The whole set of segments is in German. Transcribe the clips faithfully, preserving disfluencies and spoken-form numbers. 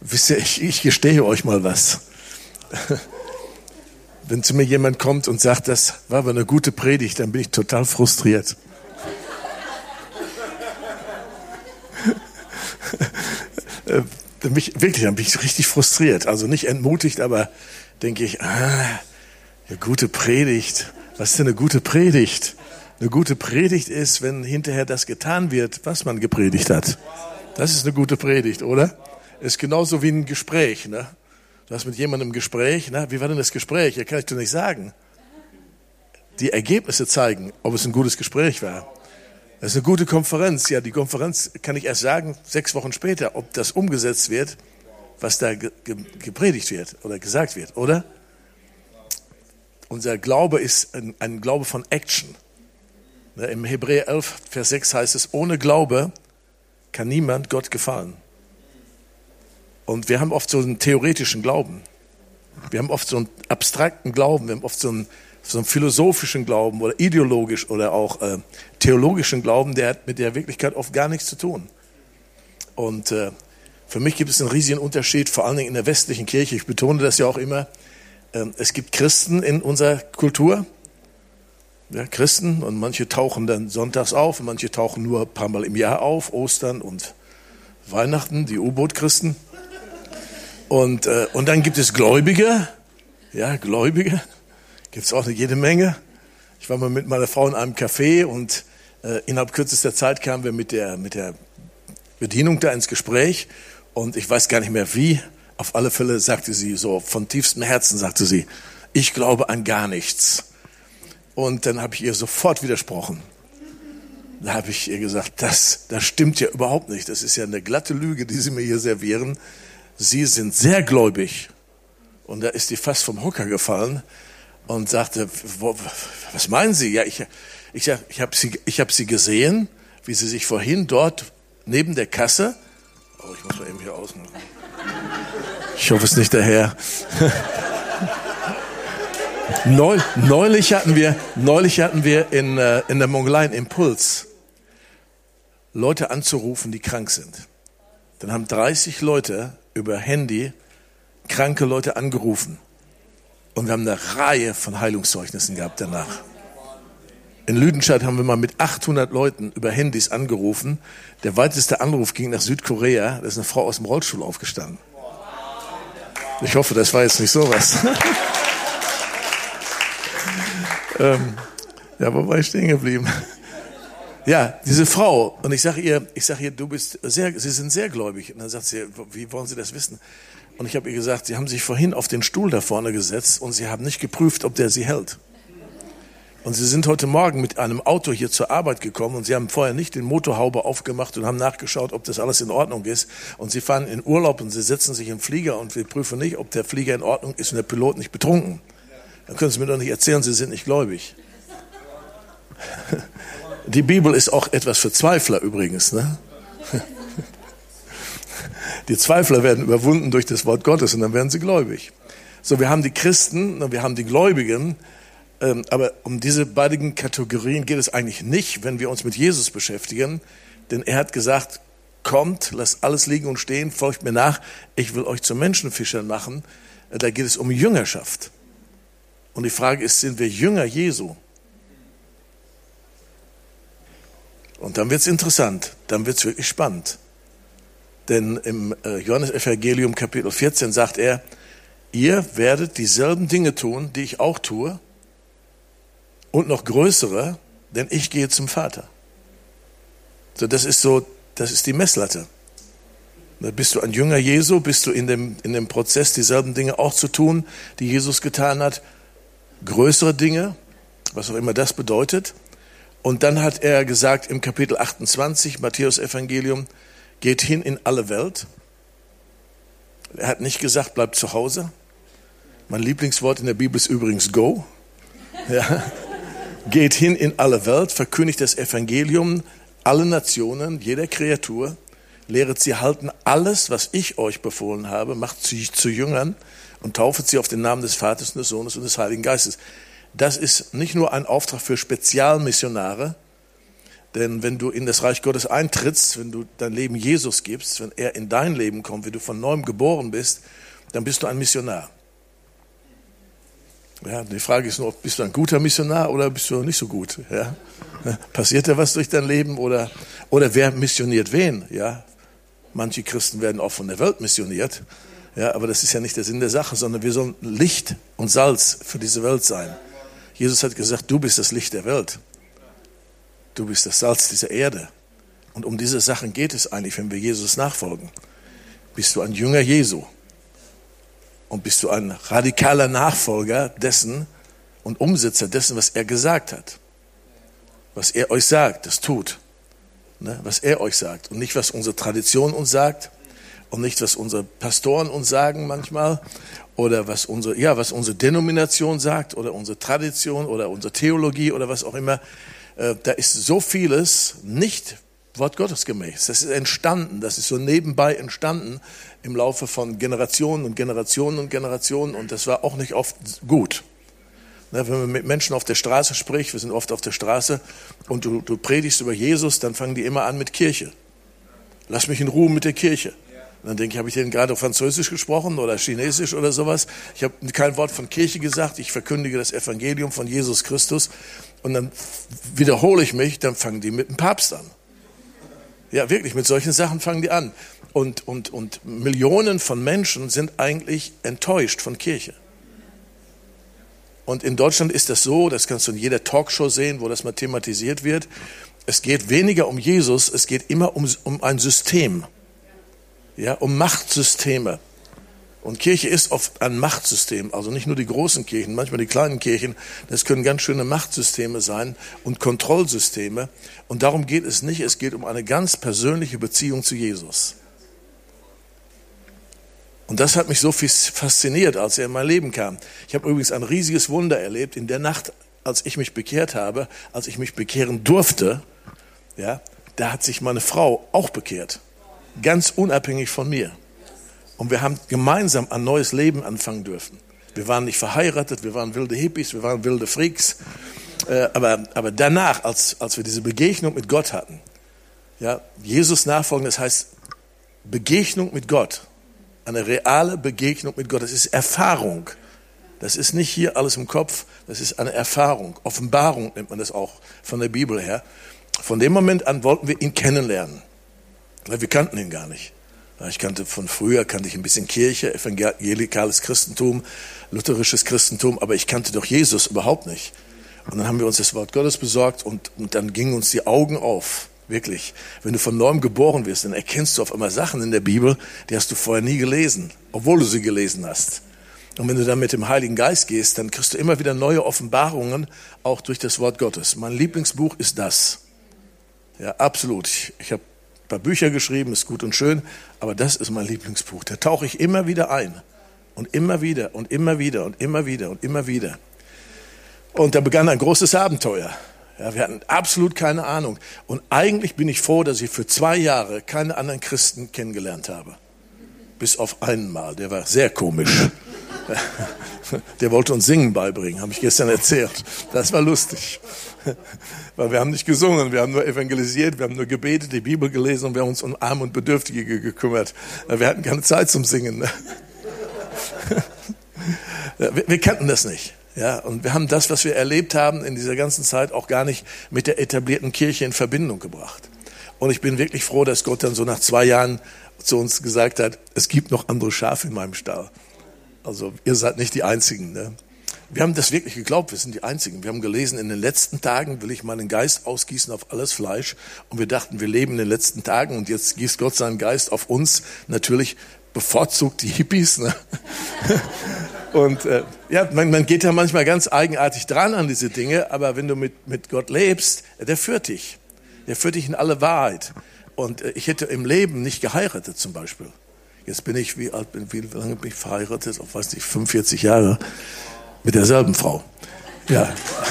Wisst ihr, ich, ich gestehe euch mal was. Wenn zu mir jemand kommt und sagt, das war aber eine gute Predigt, dann bin ich total frustriert. Dann bin ich, wirklich, dann bin ich richtig frustriert. Also nicht entmutigt, aber denke ich, ah, eine gute Predigt. Was ist denn eine gute Predigt? Eine gute Predigt ist, wenn hinterher das getan wird, was man gepredigt hat. Das ist eine gute Predigt, oder? Ist genauso wie ein Gespräch, ne? Du hast mit jemandem ein Gespräch, ne? Wie war denn das Gespräch? Ja, kann ich dir nicht sagen. Die Ergebnisse zeigen, ob es ein gutes Gespräch war. Das ist eine gute Konferenz. Ja, die Konferenz kann ich erst sagen, sechs Wochen später, ob das umgesetzt wird, was da ge- ge- gepredigt wird oder gesagt wird, oder? Unser Glaube ist ein, ein Glaube von Action. Ne? Im Hebräer elf, Vers sechs heißt es, ohne Glaube kann niemand Gott gefallen. Und wir haben oft so einen theoretischen Glauben. Wir haben oft so einen abstrakten Glauben. Wir haben oft so einen, so einen philosophischen Glauben oder ideologisch oder auch äh, theologischen Glauben, der hat mit der Wirklichkeit oft gar nichts zu tun. Und äh, für mich gibt es einen riesigen Unterschied, vor allen Dingen in der westlichen Kirche. Ich betone das ja auch immer. Äh, es gibt Christen in unserer Kultur. Ja, Christen, und manche tauchen dann sonntags auf und manche tauchen nur ein paar Mal im Jahr auf, Ostern und Weihnachten, die U-Boot-Christen. Und, äh, und dann gibt es Gläubige, ja, Gläubige, gibt es auch eine jede Menge. Ich war mal mit meiner Frau in einem Café und äh, innerhalb kürzester Zeit kamen wir mit der, mit der Bedienung da ins Gespräch und ich weiß gar nicht mehr wie, auf alle Fälle sagte sie so, von tiefstem Herzen sagte sie, ich glaube an gar nichts. Und dann habe ich ihr sofort widersprochen. Da habe ich ihr gesagt, das, das stimmt ja überhaupt nicht. Das ist ja eine glatte Lüge, die Sie mir hier servieren. Sie sind sehr gläubig. Und da ist die fast vom Hocker gefallen und sagte, wo, was meinen Sie? Ja, ich, ich, ich habe sie, ich hab sie gesehen, wie sie sich vorhin dort neben der Kasse, oh, ich muss mal eben hier ausmachen. Ich hoffe, es ist nicht der Herr. Neu, neulich hatten wir, neulich hatten wir in, äh, in der Mongolei einen Impuls, Leute anzurufen, die krank sind. Dann haben dreißig Leute über Handy kranke Leute angerufen. Und wir haben eine Reihe von Heilungszeugnissen gehabt danach. In Lüdenscheid haben wir mal mit achthundert Leuten über Handys angerufen. Der weiteste Anruf ging nach Südkorea. Da ist eine Frau aus dem Rollstuhl aufgestanden. Ich hoffe, das war jetzt nicht sowas. ähm, ja, wo war ich stehen geblieben? Ja, diese Frau, und ich sage ihr, ich sage ihr, du bist sehr, Sie sind sehr gläubig. Und dann sagt sie, wie wollen Sie das wissen? Und ich habe ihr gesagt, Sie haben sich vorhin auf den Stuhl da vorne gesetzt und Sie haben nicht geprüft, ob der Sie hält. Und Sie sind heute Morgen mit einem Auto hier zur Arbeit gekommen und Sie haben vorher nicht den Motorhaube aufgemacht und haben nachgeschaut, ob das alles in Ordnung ist. Und Sie fahren in Urlaub und Sie setzen sich im Flieger und wir prüfen nicht, ob der Flieger in Ordnung ist und der Pilot nicht betrunken. Dann können Sie mir doch nicht erzählen, Sie sind nicht gläubig. Die Bibel ist auch etwas für Zweifler übrigens, ne? Die Zweifler werden überwunden durch das Wort Gottes und dann werden sie gläubig. So, wir haben die Christen und wir haben die Gläubigen, ähm, aber um diese beiden Kategorien geht es eigentlich nicht, wenn wir uns mit Jesus beschäftigen, denn er hat gesagt, kommt, lasst alles liegen und stehen, folgt mir nach, ich will euch zu Menschenfischern machen. Da geht es um Jüngerschaft. Und die Frage ist, sind wir Jünger Jesu? Und dann wird's interessant, dann wird's wirklich spannend. Denn im Johannesevangelium Kapitel vierzehn sagt er, ihr werdet dieselben Dinge tun, die ich auch tue und noch größere, denn ich gehe zum Vater. So, das ist so, das ist die Messlatte. Da bist du ein Jünger Jesu, bist du in dem, in dem Prozess, dieselben Dinge auch zu tun, die Jesus getan hat, größere Dinge, was auch immer das bedeutet. Und dann hat er gesagt im Kapitel achtundzwanzig, Matthäus Evangelium, geht hin in alle Welt. Er hat nicht gesagt, bleibt zu Hause. Mein Lieblingswort in der Bibel ist übrigens go. Ja. Geht hin in alle Welt, verkündigt das Evangelium, alle Nationen, jeder Kreatur, lehret sie halten alles, was ich euch befohlen habe, macht sie zu Jüngern und taufet sie auf den Namen des Vaters und des Sohnes und des Heiligen Geistes. Das ist nicht nur ein Auftrag für Spezialmissionare, Denn wenn du in das Reich Gottes eintrittst, wenn du dein Leben Jesus gibst, wenn er in dein Leben kommt, wenn du von neuem geboren bist, dann bist du ein Missionar. Ja, die Frage ist nur, bist du ein guter Missionar oder bist du nicht so gut? Ja? Passiert da was durch dein Leben oder, oder wer missioniert wen? Ja? Manche Christen werden auch von der Welt missioniert, ja, aber das ist ja nicht der Sinn der Sache, sondern wir sollen Licht und Salz für diese Welt sein. Jesus hat gesagt, du bist das Licht der Welt. Du bist das Salz dieser Erde. Und um diese Sachen geht es eigentlich, wenn wir Jesus nachfolgen. Bist du ein Jünger Jesu? Und bist du ein radikaler Nachfolger dessen und Umsetzer dessen, was er gesagt hat. Was er euch sagt, das tut. Ne? Was er euch sagt. Und nicht, was unsere Tradition uns sagt. Und nicht, was unsere Pastoren uns sagen manchmal. Oder was unsere, ja, was unsere Denomination sagt. Oder unsere Tradition oder unsere Theologie oder was auch immer. Äh, da ist so vieles nicht Wort Gottes gemäß. Das ist entstanden, das ist so nebenbei entstanden im Laufe von Generationen und Generationen und Generationen und das war auch nicht oft gut. Wenn man mit Menschen auf der Straße spricht, wir sind oft auf der Straße und du, du predigst über Jesus, dann fangen die immer an mit Kirche. Lass mich in Ruhe mit der Kirche. Und dann denke ich, habe ich denn gerade Französisch gesprochen oder Chinesisch oder sowas? Ich habe kein Wort von Kirche gesagt, ich verkündige das Evangelium von Jesus Christus und dann wiederhole ich mich, dann fangen die mit dem Papst an. Ja, wirklich, mit solchen Sachen fangen die an. Und, und, und Millionen von Menschen sind eigentlich enttäuscht von Kirche. Und in Deutschland ist das so, das kannst du in jeder Talkshow sehen, wo das mal thematisiert wird. Es geht weniger um Jesus, es geht immer um, um ein System. Ja, um Machtsysteme. Und Kirche ist oft ein Machtsystem, also nicht nur die großen Kirchen, manchmal die kleinen Kirchen, das können ganz schöne Machtsysteme sein und Kontrollsysteme. Und darum geht es nicht, es geht um eine ganz persönliche Beziehung zu Jesus. Und das hat mich so fasziniert, als er in mein Leben kam. Ich habe übrigens ein riesiges Wunder erlebt in der Nacht, als ich mich bekehrt habe, als ich mich bekehren durfte, ja, da hat sich meine Frau auch bekehrt, ganz unabhängig von mir. Und wir haben gemeinsam ein neues Leben anfangen dürfen. Wir waren nicht verheiratet, wir waren wilde Hippies, wir waren wilde Freaks. Äh, aber, aber danach, als, als wir diese Begegnung mit Gott hatten, ja, Jesus nachfolgen, das heißt Begegnung mit Gott. Eine reale Begegnung mit Gott. Das ist Erfahrung. Das ist nicht hier alles im Kopf, das ist eine Erfahrung. Offenbarung nennt man das auch von der Bibel her. Von dem Moment an wollten wir ihn kennenlernen. Weil wir kannten ihn gar nicht. Ich kannte von früher, kannte ich ein bisschen Kirche, evangelikales Christentum, lutherisches Christentum, aber ich kannte doch Jesus überhaupt nicht. Und dann haben wir uns das Wort Gottes besorgt und, und dann gingen uns die Augen auf. Wirklich. Wenn du von neuem geboren wirst, dann erkennst du auf einmal Sachen in der Bibel, die hast du vorher nie gelesen, obwohl du sie gelesen hast. Und wenn du dann mit dem Heiligen Geist gehst, dann kriegst du immer wieder neue Offenbarungen, auch durch das Wort Gottes. Mein Lieblingsbuch ist das. Ja, absolut. Ich, ich habe ein paar Bücher geschrieben, ist gut und schön, aber das ist mein Lieblingsbuch. Da tauche ich immer wieder ein. Und immer wieder und immer wieder und immer wieder und immer wieder. Und da begann ein großes Abenteuer. Ja, wir hatten absolut keine Ahnung. Und eigentlich bin ich froh, dass ich für zwei Jahre keine anderen Christen kennengelernt habe. Bis auf einen Mal, der war sehr komisch. Der wollte uns Singen beibringen, habe ich gestern erzählt. Das war lustig. Weil wir haben nicht gesungen, wir haben nur evangelisiert, wir haben nur gebetet, die Bibel gelesen und wir haben uns um Arme und Bedürftige gekümmert. Wir hatten keine Zeit zum Singen. Wir kannten das nicht. Ja, und wir haben das, was wir erlebt haben in dieser ganzen Zeit, auch gar nicht mit der etablierten Kirche in Verbindung gebracht. Und ich bin wirklich froh, dass Gott dann so nach zwei Jahren zu uns gesagt hat, es gibt noch andere Schafe in meinem Stall. Also ihr seid nicht die Einzigen. Ne? Wir haben das wirklich geglaubt, wir sind die Einzigen. Wir haben gelesen, in den letzten Tagen will ich meinen Geist ausgießen auf alles Fleisch. Und wir dachten, wir leben in den letzten Tagen und jetzt gießt Gott seinen Geist auf uns. Natürlich bevorzugt die Hippies. Ne? Und äh, ja, man, man geht ja manchmal ganz eigenartig dran an diese Dinge, aber wenn du mit, mit Gott lebst, der führt dich. Der führt dich in alle Wahrheit. Und äh, ich hätte im Leben nicht geheiratet zum Beispiel. Jetzt bin ich, wie alt bin, wie lange bin ich verheiratet? Auf weiß nicht, fünfundvierzig Jahre mit derselben Frau. Ja.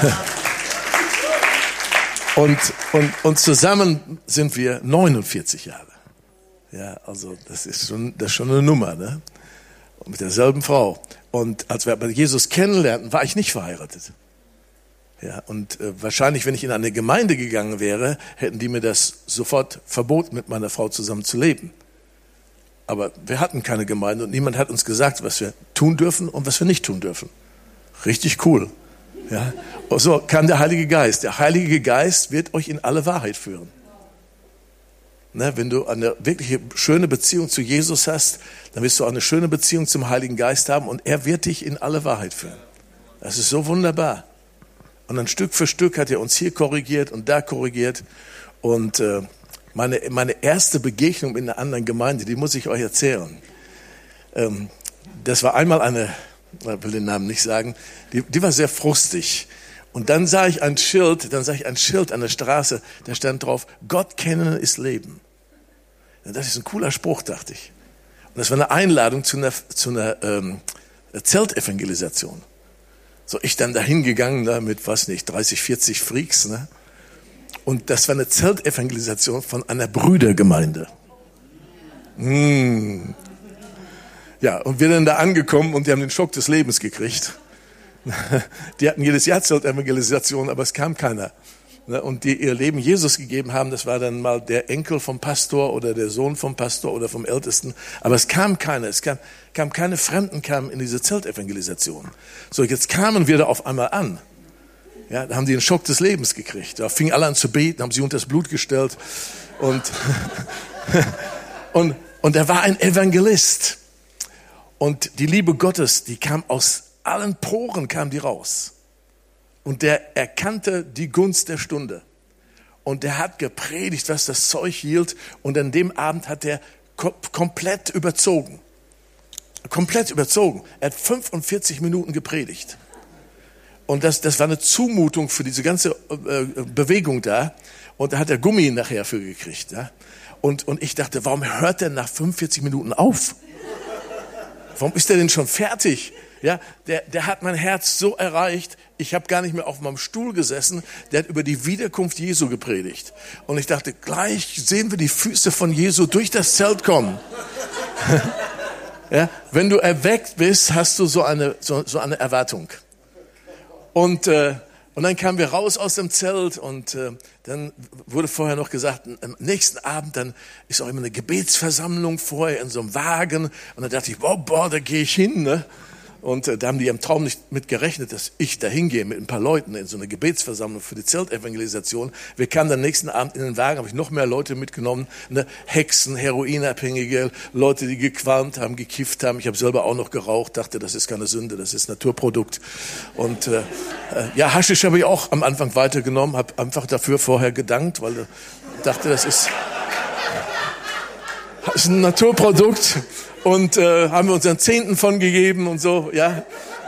Und, und, und zusammen sind wir neunundvierzig Jahre. Ja, also das ist schon, das ist schon eine Nummer, ne? Und mit derselben Frau. Und als wir aber Jesus kennenlernten, war ich nicht verheiratet. Ja, und äh, wahrscheinlich, wenn ich in eine Gemeinde gegangen wäre, hätten die mir das sofort verboten, mit meiner Frau zusammen zu leben. Aber wir hatten keine Gemeinde und niemand hat uns gesagt, was wir tun dürfen und was wir nicht tun dürfen. Richtig cool. Ja. Und so kam der Heilige Geist. Der Heilige Geist wird euch in alle Wahrheit führen. Ne, wenn du eine wirklich schöne Beziehung zu Jesus hast, dann wirst du auch eine schöne Beziehung zum Heiligen Geist haben und er wird dich in alle Wahrheit führen. Das ist so wunderbar. Und dann Stück für Stück hat er uns hier korrigiert und da korrigiert. Und äh, meine, meine erste Begegnung in einer anderen Gemeinde, die muss ich euch erzählen. Ähm, das war einmal eine, ich will den Namen nicht sagen, die, die war sehr frustig. Und dann sah ich ein Schild, dann sah ich ein Schild an der Straße, da stand drauf, Gott kennen ist Leben. Das ist ein cooler Spruch, dachte ich. Und das war eine Einladung zu einer, zu einer ähm, Zeltevangelisation. So, ich dann dahin gegangen, ne, mit, was nicht, dreißig, vierzig Freaks, ne? Und das war eine Zeltevangelisation von einer Brüdergemeinde. Mmh. Ja, und wir dann da angekommen und die haben den Schock des Lebens gekriegt. Die hatten jedes Jahr Zeltevangelisation, aber es kam keiner. Und die ihr Leben Jesus gegeben haben, das war dann mal der Enkel vom Pastor oder der Sohn vom Pastor oder vom Ältesten. Aber es kam keiner, es kam, kam keine Fremden kamen in diese Zeltevangelisation. So, jetzt kamen wir da auf einmal an. Ja, da haben die einen Schock des Lebens gekriegt. Da fingen alle an zu beten, haben sie unter das Blut gestellt. Und, und, und er war ein Evangelist. Und die Liebe Gottes, die kam aus allen Poren, kam die raus. Und der erkannte die Gunst der Stunde. Und der hat gepredigt, was das Zeug hielt. Und an dem Abend hat er kom- komplett überzogen. Komplett überzogen. Er hat fünfundvierzig Minuten gepredigt. Und das, das war eine Zumutung für diese ganze äh, Bewegung da. Und da hat er Gummi nachher für gekriegt. Ja? Und, und ich dachte, warum hört er nach fünfundvierzig Minuten auf? Warum ist er denn schon fertig? Ja, der, der hat mein Herz so erreicht, ich habe gar nicht mehr auf meinem Stuhl gesessen, der hat über die Wiederkunft Jesu gepredigt. Und ich dachte, gleich sehen wir die Füße von Jesu durch das Zelt kommen. Ja, wenn du erweckt bist, hast du so eine, so, so eine Erwartung. Und, äh, und dann kamen wir raus aus dem Zelt und äh, dann wurde vorher noch gesagt, am nächsten Abend, dann ist auch immer eine Gebetsversammlung vorher in so einem Wagen. Und dann dachte ich, wow, boah, da gehe ich hin, ne? Und äh, da haben die im Traum nicht mit gerechnet, dass ich da hingehe mit ein paar Leuten in so eine Gebetsversammlung für die Zeltevangelisation. Wir kamen dann nächsten Abend in den Wagen, habe ich noch mehr Leute mitgenommen, ne? Hexen, Heroinabhängige, Leute, die gequalmt haben, gekifft haben. Ich habe selber auch noch geraucht, dachte, das ist keine Sünde, das ist Naturprodukt. Und äh, äh, ja, Haschisch habe ich auch am Anfang weitergenommen, habe einfach dafür vorher gedankt, weil ich dachte, das ist, das ist ein Naturprodukt. Und äh, haben wir unseren Zehnten von gegeben und so, ja.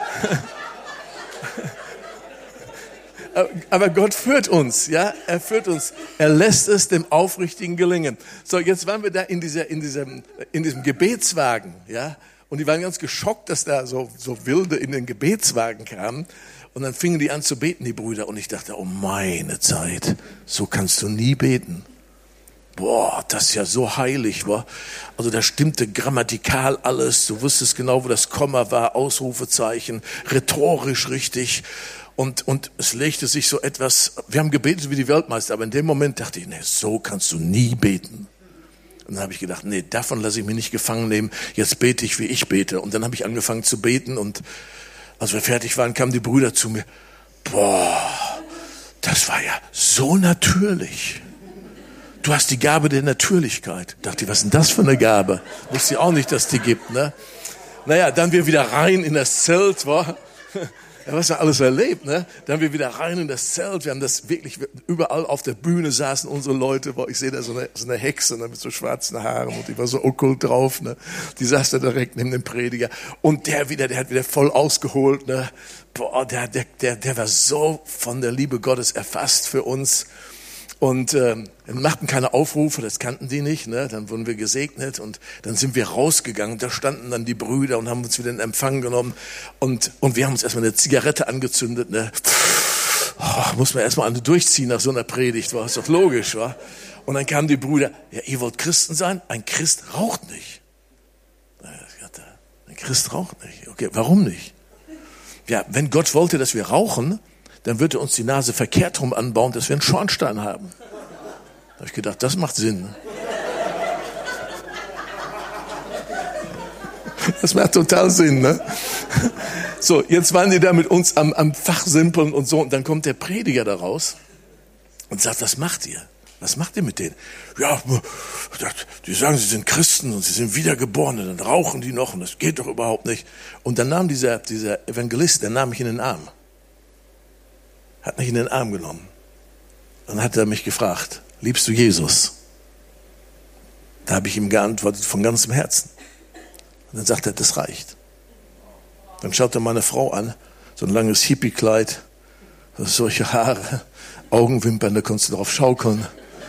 Aber Gott führt uns, ja, er führt uns. Er lässt es dem Aufrichtigen gelingen. So, jetzt waren wir da in dieser, in diesem, in diesem Gebetswagen, ja. Und die waren ganz geschockt, dass da so, so Wilde in den Gebetswagen kamen. Und dann fingen die an zu beten, die Brüder. Und ich dachte, oh meine Zeit, so kannst du nie beten. Boah, das ist ja so heilig, wa? Also da stimmte grammatikal alles. Du wusstest genau, wo das Komma war, Ausrufezeichen, rhetorisch richtig. Und, und es legte sich so etwas, wir haben gebetet wie die Weltmeister, aber in dem Moment dachte ich, nee, so kannst du nie beten. Und dann habe ich gedacht, nee, davon lasse ich mich nicht gefangen nehmen. Jetzt bete ich, wie ich bete. Und dann habe ich angefangen zu beten. Und als wir fertig waren, kamen die Brüder zu mir. Boah, das war ja so natürlich. Du hast die Gabe der Natürlichkeit. Dachte ich, was ist denn das für eine Gabe? Wusste ich auch nicht, dass die gibt, ne? Naja, dann wir wieder rein in das Zelt, war. Ja, was wir alles erlebt, ne? Dann wir wieder rein in das Zelt. Wir haben das wirklich, überall auf der Bühne saßen unsere Leute. Boah, ich sehe da so eine, so eine Hexe, ne, mit so schwarzen Haaren und die war so okkult drauf, ne? Die saß da direkt neben dem Prediger. Und der wieder, der hat wieder voll ausgeholt, ne? Boah, der, der, der, der war so von der Liebe Gottes erfasst für uns. Und ähm, machten keine Aufrufe, das kannten die nicht, ne? Dann wurden wir gesegnet und dann sind wir rausgegangen. Da standen dann die Brüder und haben uns wieder in Empfang genommen und und wir haben uns erstmal eine Zigarette angezündet, ne? Oh, muss man erstmal eine durchziehen nach so einer Predigt, war ist doch logisch, war. Und dann kamen die Brüder, ja, ihr wollt Christen sein? Ein Christ raucht nicht. Ein Christ raucht nicht. Okay, warum nicht? Ja, wenn Gott wollte, dass wir rauchen, dann wird er uns die Nase verkehrt rum anbauen, dass wir einen Schornstein haben. Da habe ich gedacht, das macht Sinn. Das macht total Sinn, ne? So, jetzt waren die da mit uns am, am Fachsimpeln und so. Und dann kommt der Prediger da raus und sagt, was macht ihr? Was macht ihr mit denen? Ja, die sagen, sie sind Christen und sie sind Wiedergeborene. Dann rauchen die noch und das geht doch überhaupt nicht. Und dann nahm dieser, dieser Evangelist, der nahm mich in den Arm. Hat mich in den Arm genommen. Dann hat er mich gefragt, liebst du Jesus? Da habe ich ihm geantwortet von ganzem Herzen. Und dann sagt er, das reicht. Dann schaut er meine Frau an, so ein langes Hippie-Kleid, solche Haare, Augenwimpern, da konntest du drauf schaukeln.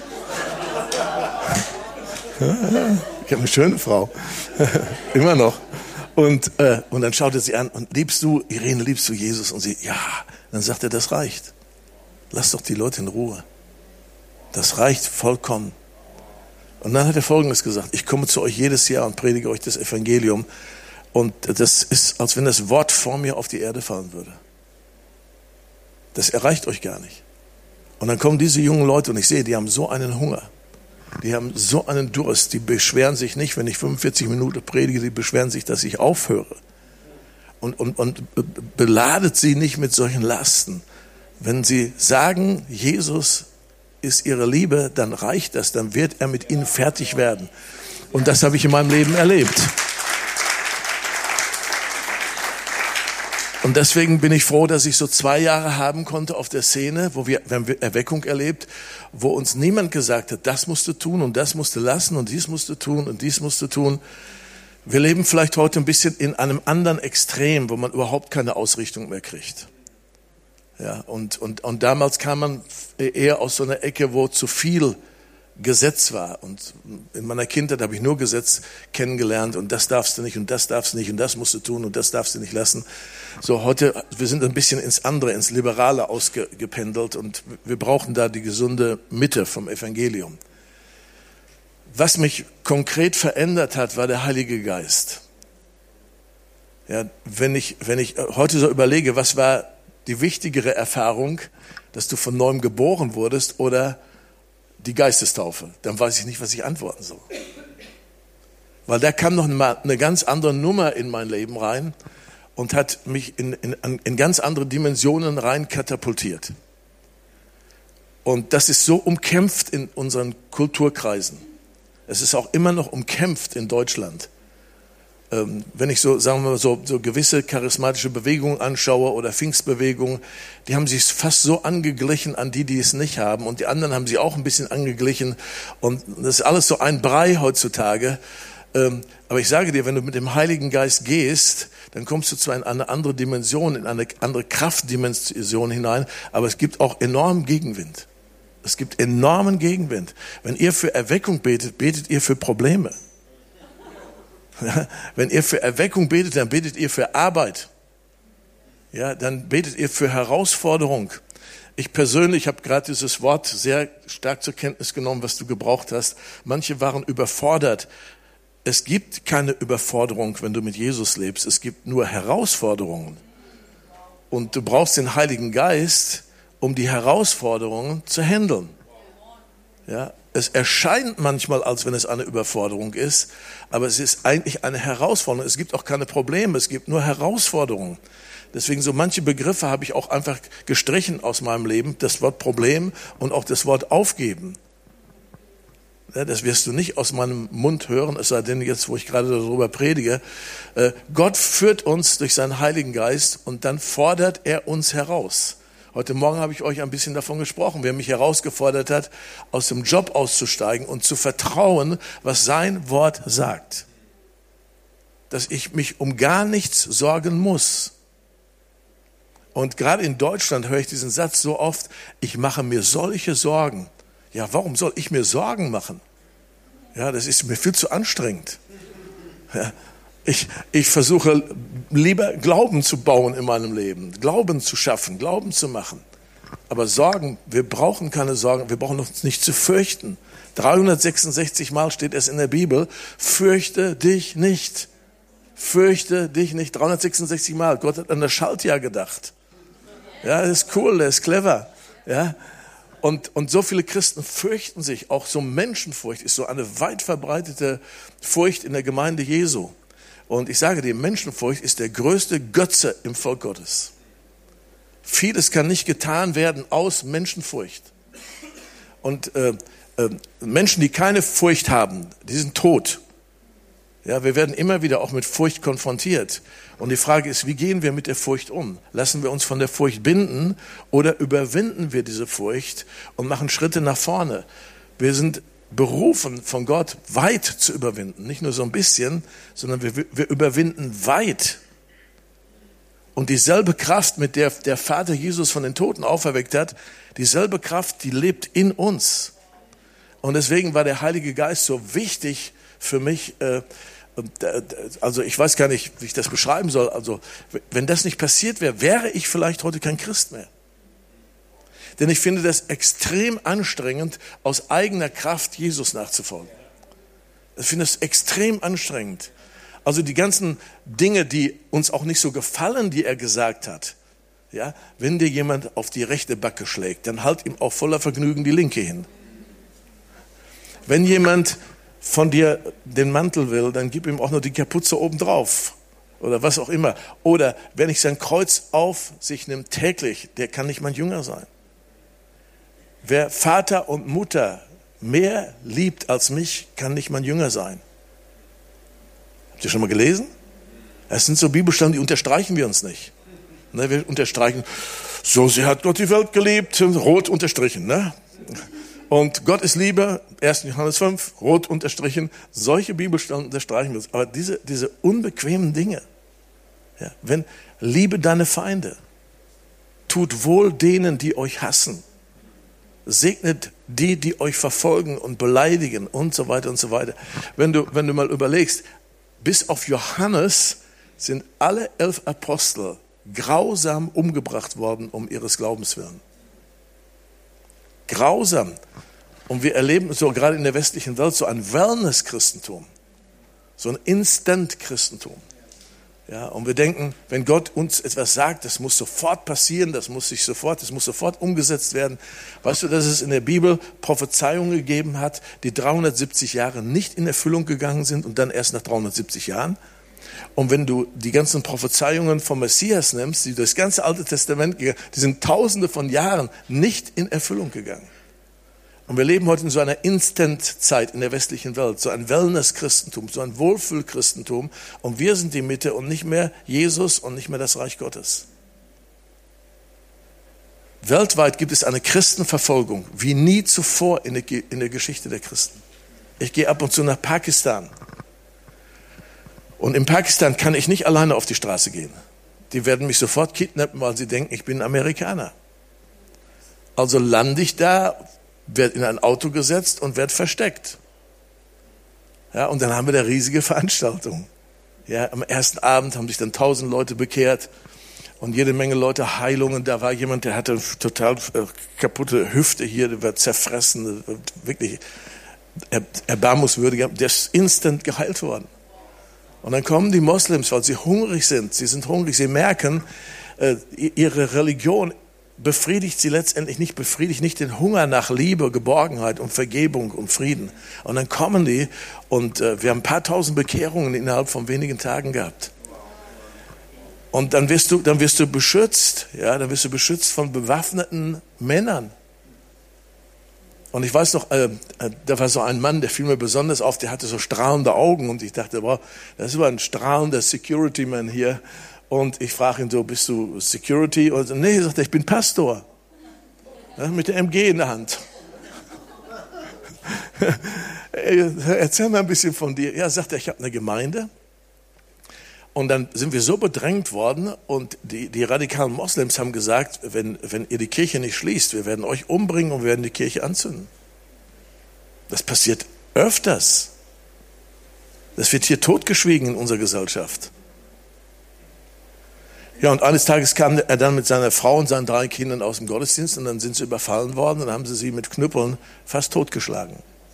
Ich habe eine schöne Frau, immer noch. Und, äh, und dann schaut er sie an und liebst du, Irene, liebst du Jesus? Und sie, ja. Dann sagt er, das reicht. Lass doch die Leute in Ruhe. Das reicht vollkommen. Und dann hat er Folgendes gesagt, ich komme zu euch jedes Jahr und predige euch das Evangelium und das ist, als wenn das Wort vor mir auf die Erde fallen würde. Das erreicht euch gar nicht. Und dann kommen diese jungen Leute und ich sehe, die haben so einen Hunger, die haben so einen Durst, die beschweren sich nicht, wenn ich fünfundvierzig Minuten predige, die beschweren sich, dass ich aufhöre. Und, und, und beladet sie nicht mit solchen Lasten. Wenn sie sagen, Jesus ist ihre Liebe, dann reicht das, dann wird er mit ihnen fertig werden. Und das habe ich in meinem Leben erlebt. Und deswegen bin ich froh, dass ich so zwei Jahre haben konnte auf der Szene, wo wir, wir haben Erweckung erlebt, wo uns niemand gesagt hat, das musst du tun und das musst du lassen und dies musst du tun und dies musst du tun. Wir leben vielleicht heute ein bisschen in einem anderen Extrem, wo man überhaupt keine Ausrichtung mehr kriegt. Ja, und, und, und damals kam man eher aus so einer Ecke, wo zu viel Gesetz war. Und in meiner Kindheit habe ich nur Gesetz kennengelernt und das darfst du nicht und das darfst du nicht und das musst du tun und das darfst du nicht lassen. So heute, wir sind ein bisschen ins andere, ins Liberale ausgependelt und wir brauchen da die gesunde Mitte vom Evangelium. Was mich konkret verändert hat, war der Heilige Geist. Ja, wenn ich, wenn ich heute so überlege, was war die wichtigere Erfahrung, dass du von neuem geboren wurdest oder die Geistestaufe, dann weiß ich nicht, was ich antworten soll. Weil da kam noch eine ganz andere Nummer in mein Leben rein und hat mich in, in, in ganz andere Dimensionen rein katapultiert. Und das ist so umkämpft in unseren Kulturkreisen. Es ist auch immer noch umkämpft in Deutschland. Ähm, wenn ich so, sagen wir mal, so, so gewisse charismatische Bewegungen anschaue oder Pfingstbewegungen, die haben sich fast so angeglichen an die, die es nicht haben. Und die anderen haben sich auch ein bisschen angeglichen. Und das ist alles so ein Brei heutzutage. Ähm, aber ich sage dir, wenn du mit dem Heiligen Geist gehst, dann kommst du zwar in eine andere Dimension, in eine andere Kraftdimension hinein, aber es gibt auch enormen Gegenwind. Es gibt enormen Gegenwind. Wenn ihr für Erweckung betet, betet ihr für Probleme. Ja, wenn ihr für Erweckung betet, dann betet ihr für Arbeit. Ja, dann betet ihr für Herausforderung. Ich persönlich habe gerade dieses Wort sehr stark zur Kenntnis genommen, was du gebraucht hast. Manche waren überfordert. Es gibt keine Überforderung, wenn du mit Jesus lebst. Es gibt nur Herausforderungen. Und du brauchst den Heiligen Geist, um die Herausforderungen zu handeln. Ja, es erscheint manchmal, als wenn es eine Überforderung ist, aber es ist eigentlich eine Herausforderung. Es gibt auch keine Probleme, es gibt nur Herausforderungen. Deswegen so manche Begriffe habe ich auch einfach gestrichen aus meinem Leben. Das Wort Problem und auch das Wort Aufgeben. Ja, das wirst du nicht aus meinem Mund hören, es sei denn jetzt, wo ich gerade darüber predige. Gott führt uns durch seinen Heiligen Geist und dann fordert er uns heraus. Heute Morgen habe ich euch ein bisschen davon gesprochen, wer mich herausgefordert hat, aus dem Job auszusteigen und zu vertrauen, was sein Wort sagt. Dass ich mich um gar nichts sorgen muss. Und gerade in Deutschland höre ich diesen Satz so oft, ich mache mir solche Sorgen. Ja, warum soll ich mir Sorgen machen? Ja, das ist mir viel zu anstrengend. Ja, ich, ich versuche lieber Glauben zu bauen in meinem Leben, Glauben zu schaffen, Glauben zu machen. Aber Sorgen, wir brauchen keine Sorgen, wir brauchen uns nicht zu fürchten. dreihundertsechsundsechzig Mal steht es in der Bibel, fürchte dich nicht. Fürchte dich nicht, dreihundertsechsundsechzig Mal. Gott hat an das Schaltjahr gedacht. Ja, das ist cool, das ist clever. Ja. Und, und so viele Christen fürchten sich, auch so Menschenfurcht ist so eine weit verbreitete Furcht in der Gemeinde Jesu. Und ich sage dir, Menschenfurcht ist der größte Götze im Volk Gottes. Vieles kann nicht getan werden aus Menschenfurcht. Und äh, äh, Menschen, die keine Furcht haben, die sind tot. Ja, wir werden immer wieder auch mit Furcht konfrontiert. Und die Frage ist, wie gehen wir mit der Furcht um? Lassen wir uns von der Furcht binden oder überwinden wir diese Furcht und machen Schritte nach vorne? Wir sind berufen, von Gott weit zu überwinden. Nicht nur so ein bisschen, sondern wir, wir überwinden weit. Und dieselbe Kraft, mit der der Vater Jesus von den Toten auferweckt hat, dieselbe Kraft, die lebt in uns. Und deswegen war der Heilige Geist so wichtig für mich. Äh, also ich weiß gar nicht, wie ich das beschreiben soll. Also wenn das nicht passiert wäre, wäre ich vielleicht heute kein Christ mehr. Denn ich finde das extrem anstrengend, aus eigener Kraft Jesus nachzufolgen. Ich finde es extrem anstrengend. Also die ganzen Dinge, die uns auch nicht so gefallen, die er gesagt hat. Ja, wenn dir jemand auf die rechte Backe schlägt, dann halt ihm auch voller Vergnügen die linke hin. Wenn jemand von dir den Mantel will, dann gib ihm auch noch die Kapuze obendrauf. Oder was auch immer. Oder wenn ich sein Kreuz auf sich nimmt täglich, der kann nicht mein Jünger sein. Wer Vater und Mutter mehr liebt als mich, kann nicht mein Jünger sein. Habt ihr schon mal gelesen? Es sind so Bibelstellen, die unterstreichen wir uns nicht. Ne, wir unterstreichen, so sehr hat Gott die Welt geliebt, rot unterstrichen. Ne? Und Gott ist Liebe, erster Johannes fünf, rot unterstrichen. Solche Bibelstellen unterstreichen wir uns. Aber diese, diese unbequemen Dinge, ja, wenn, liebe deine Feinde, tut wohl denen, die euch hassen, segnet die, die euch verfolgen und beleidigen und so weiter und so weiter. Wenn du, wenn du mal überlegst, bis auf Johannes sind alle elf Apostel grausam umgebracht worden um ihres Glaubens willen. Grausam. Und wir erleben so gerade in der westlichen Welt so ein Wellness-Christentum, so ein Instant-Christentum. Ja, und wir denken, wenn Gott uns etwas sagt, das muss sofort passieren, das muss sich sofort, das muss sofort umgesetzt werden. Weißt du, dass es in der Bibel Prophezeiungen gegeben hat, die dreihundertsiebzig Jahre nicht in Erfüllung gegangen sind und dann erst nach dreihundertsiebzig Jahren? Und wenn du die ganzen Prophezeiungen vom Messias nimmst, die durch das ganze Alte Testament gegangen, die sind tausende von Jahren nicht in Erfüllung gegangen. Und wir leben heute in so einer Instant-Zeit in der westlichen Welt, so ein Wellness-Christentum, so ein Wohlfühl-Christentum. Und wir sind die Mitte und nicht mehr Jesus und nicht mehr das Reich Gottes. Weltweit gibt es eine Christenverfolgung, wie nie zuvor in der, in der Geschichte der Christen. Ich gehe ab und zu nach Pakistan. Und in Pakistan kann ich nicht alleine auf die Straße gehen. Die werden mich sofort kidnappen, weil sie denken, ich bin Amerikaner. Also lande ich da, werde in ein Auto gesetzt und werde versteckt. Ja, und dann haben wir da riesige Veranstaltungen. Ja, am ersten Abend haben sich dann tausend Leute bekehrt und jede Menge Leute Heilungen. Da war jemand, der hatte total äh, kaputte Hüfte hier, der war zerfressen, wirklich erbarmungswürdig. Der ist instant geheilt worden. Und dann kommen die Moslems, weil sie hungrig sind. Sie sind hungrig, sie merken, äh, ihre Religion befriedigt sie letztendlich nicht, befriedigt nicht den Hunger nach Liebe, Geborgenheit und Vergebung und Frieden. Und dann kommen die und äh, wir haben ein paar tausend Bekehrungen innerhalb von wenigen Tagen gehabt. Und dann wirst du, dann wirst du beschützt, ja, dann wirst du beschützt von bewaffneten Männern. Und ich weiß noch, äh, da war so ein Mann, der fiel mir besonders auf, der hatte so strahlende Augen und ich dachte, boah, das ist aber ein strahlender Security-Man hier. Und ich frage ihn so, bist du Security? Und so, nee, sagt er, ich bin Pastor. Ja, mit der M G in der Hand. Erzähl mal ein bisschen von dir. Ja, sagt er, ich habe eine Gemeinde. Und dann sind wir so bedrängt worden und die, die radikalen Moslems haben gesagt, wenn, wenn ihr die Kirche nicht schließt, wir werden euch umbringen und wir werden die Kirche anzünden. Das passiert öfters. Das wird hier totgeschwiegen in unserer Gesellschaft. Ja, und eines Tages kam er dann mit seiner Frau und seinen drei Kindern aus dem Gottesdienst und dann sind sie überfallen worden und dann haben sie sie mit Knüppeln fast totgeschlagen.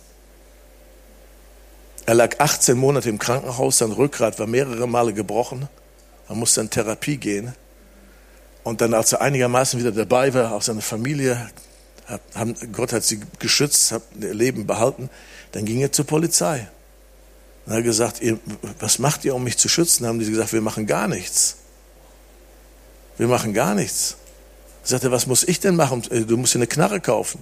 Er lag achtzehn Monate im Krankenhaus, sein Rückgrat war mehrere Male gebrochen, er musste in Therapie gehen Und dann, als er einigermaßen wieder dabei war, auch seine Familie, hat, haben, Gott hat sie geschützt, hat ihr Leben behalten, dann ging er zur Polizei. Und er hat gesagt, ihr, was macht ihr, um mich zu schützen? Dann haben die gesagt, wir machen gar nichts. Wir machen gar nichts. Er sagte, was muss ich denn machen? Du musst dir eine Knarre kaufen.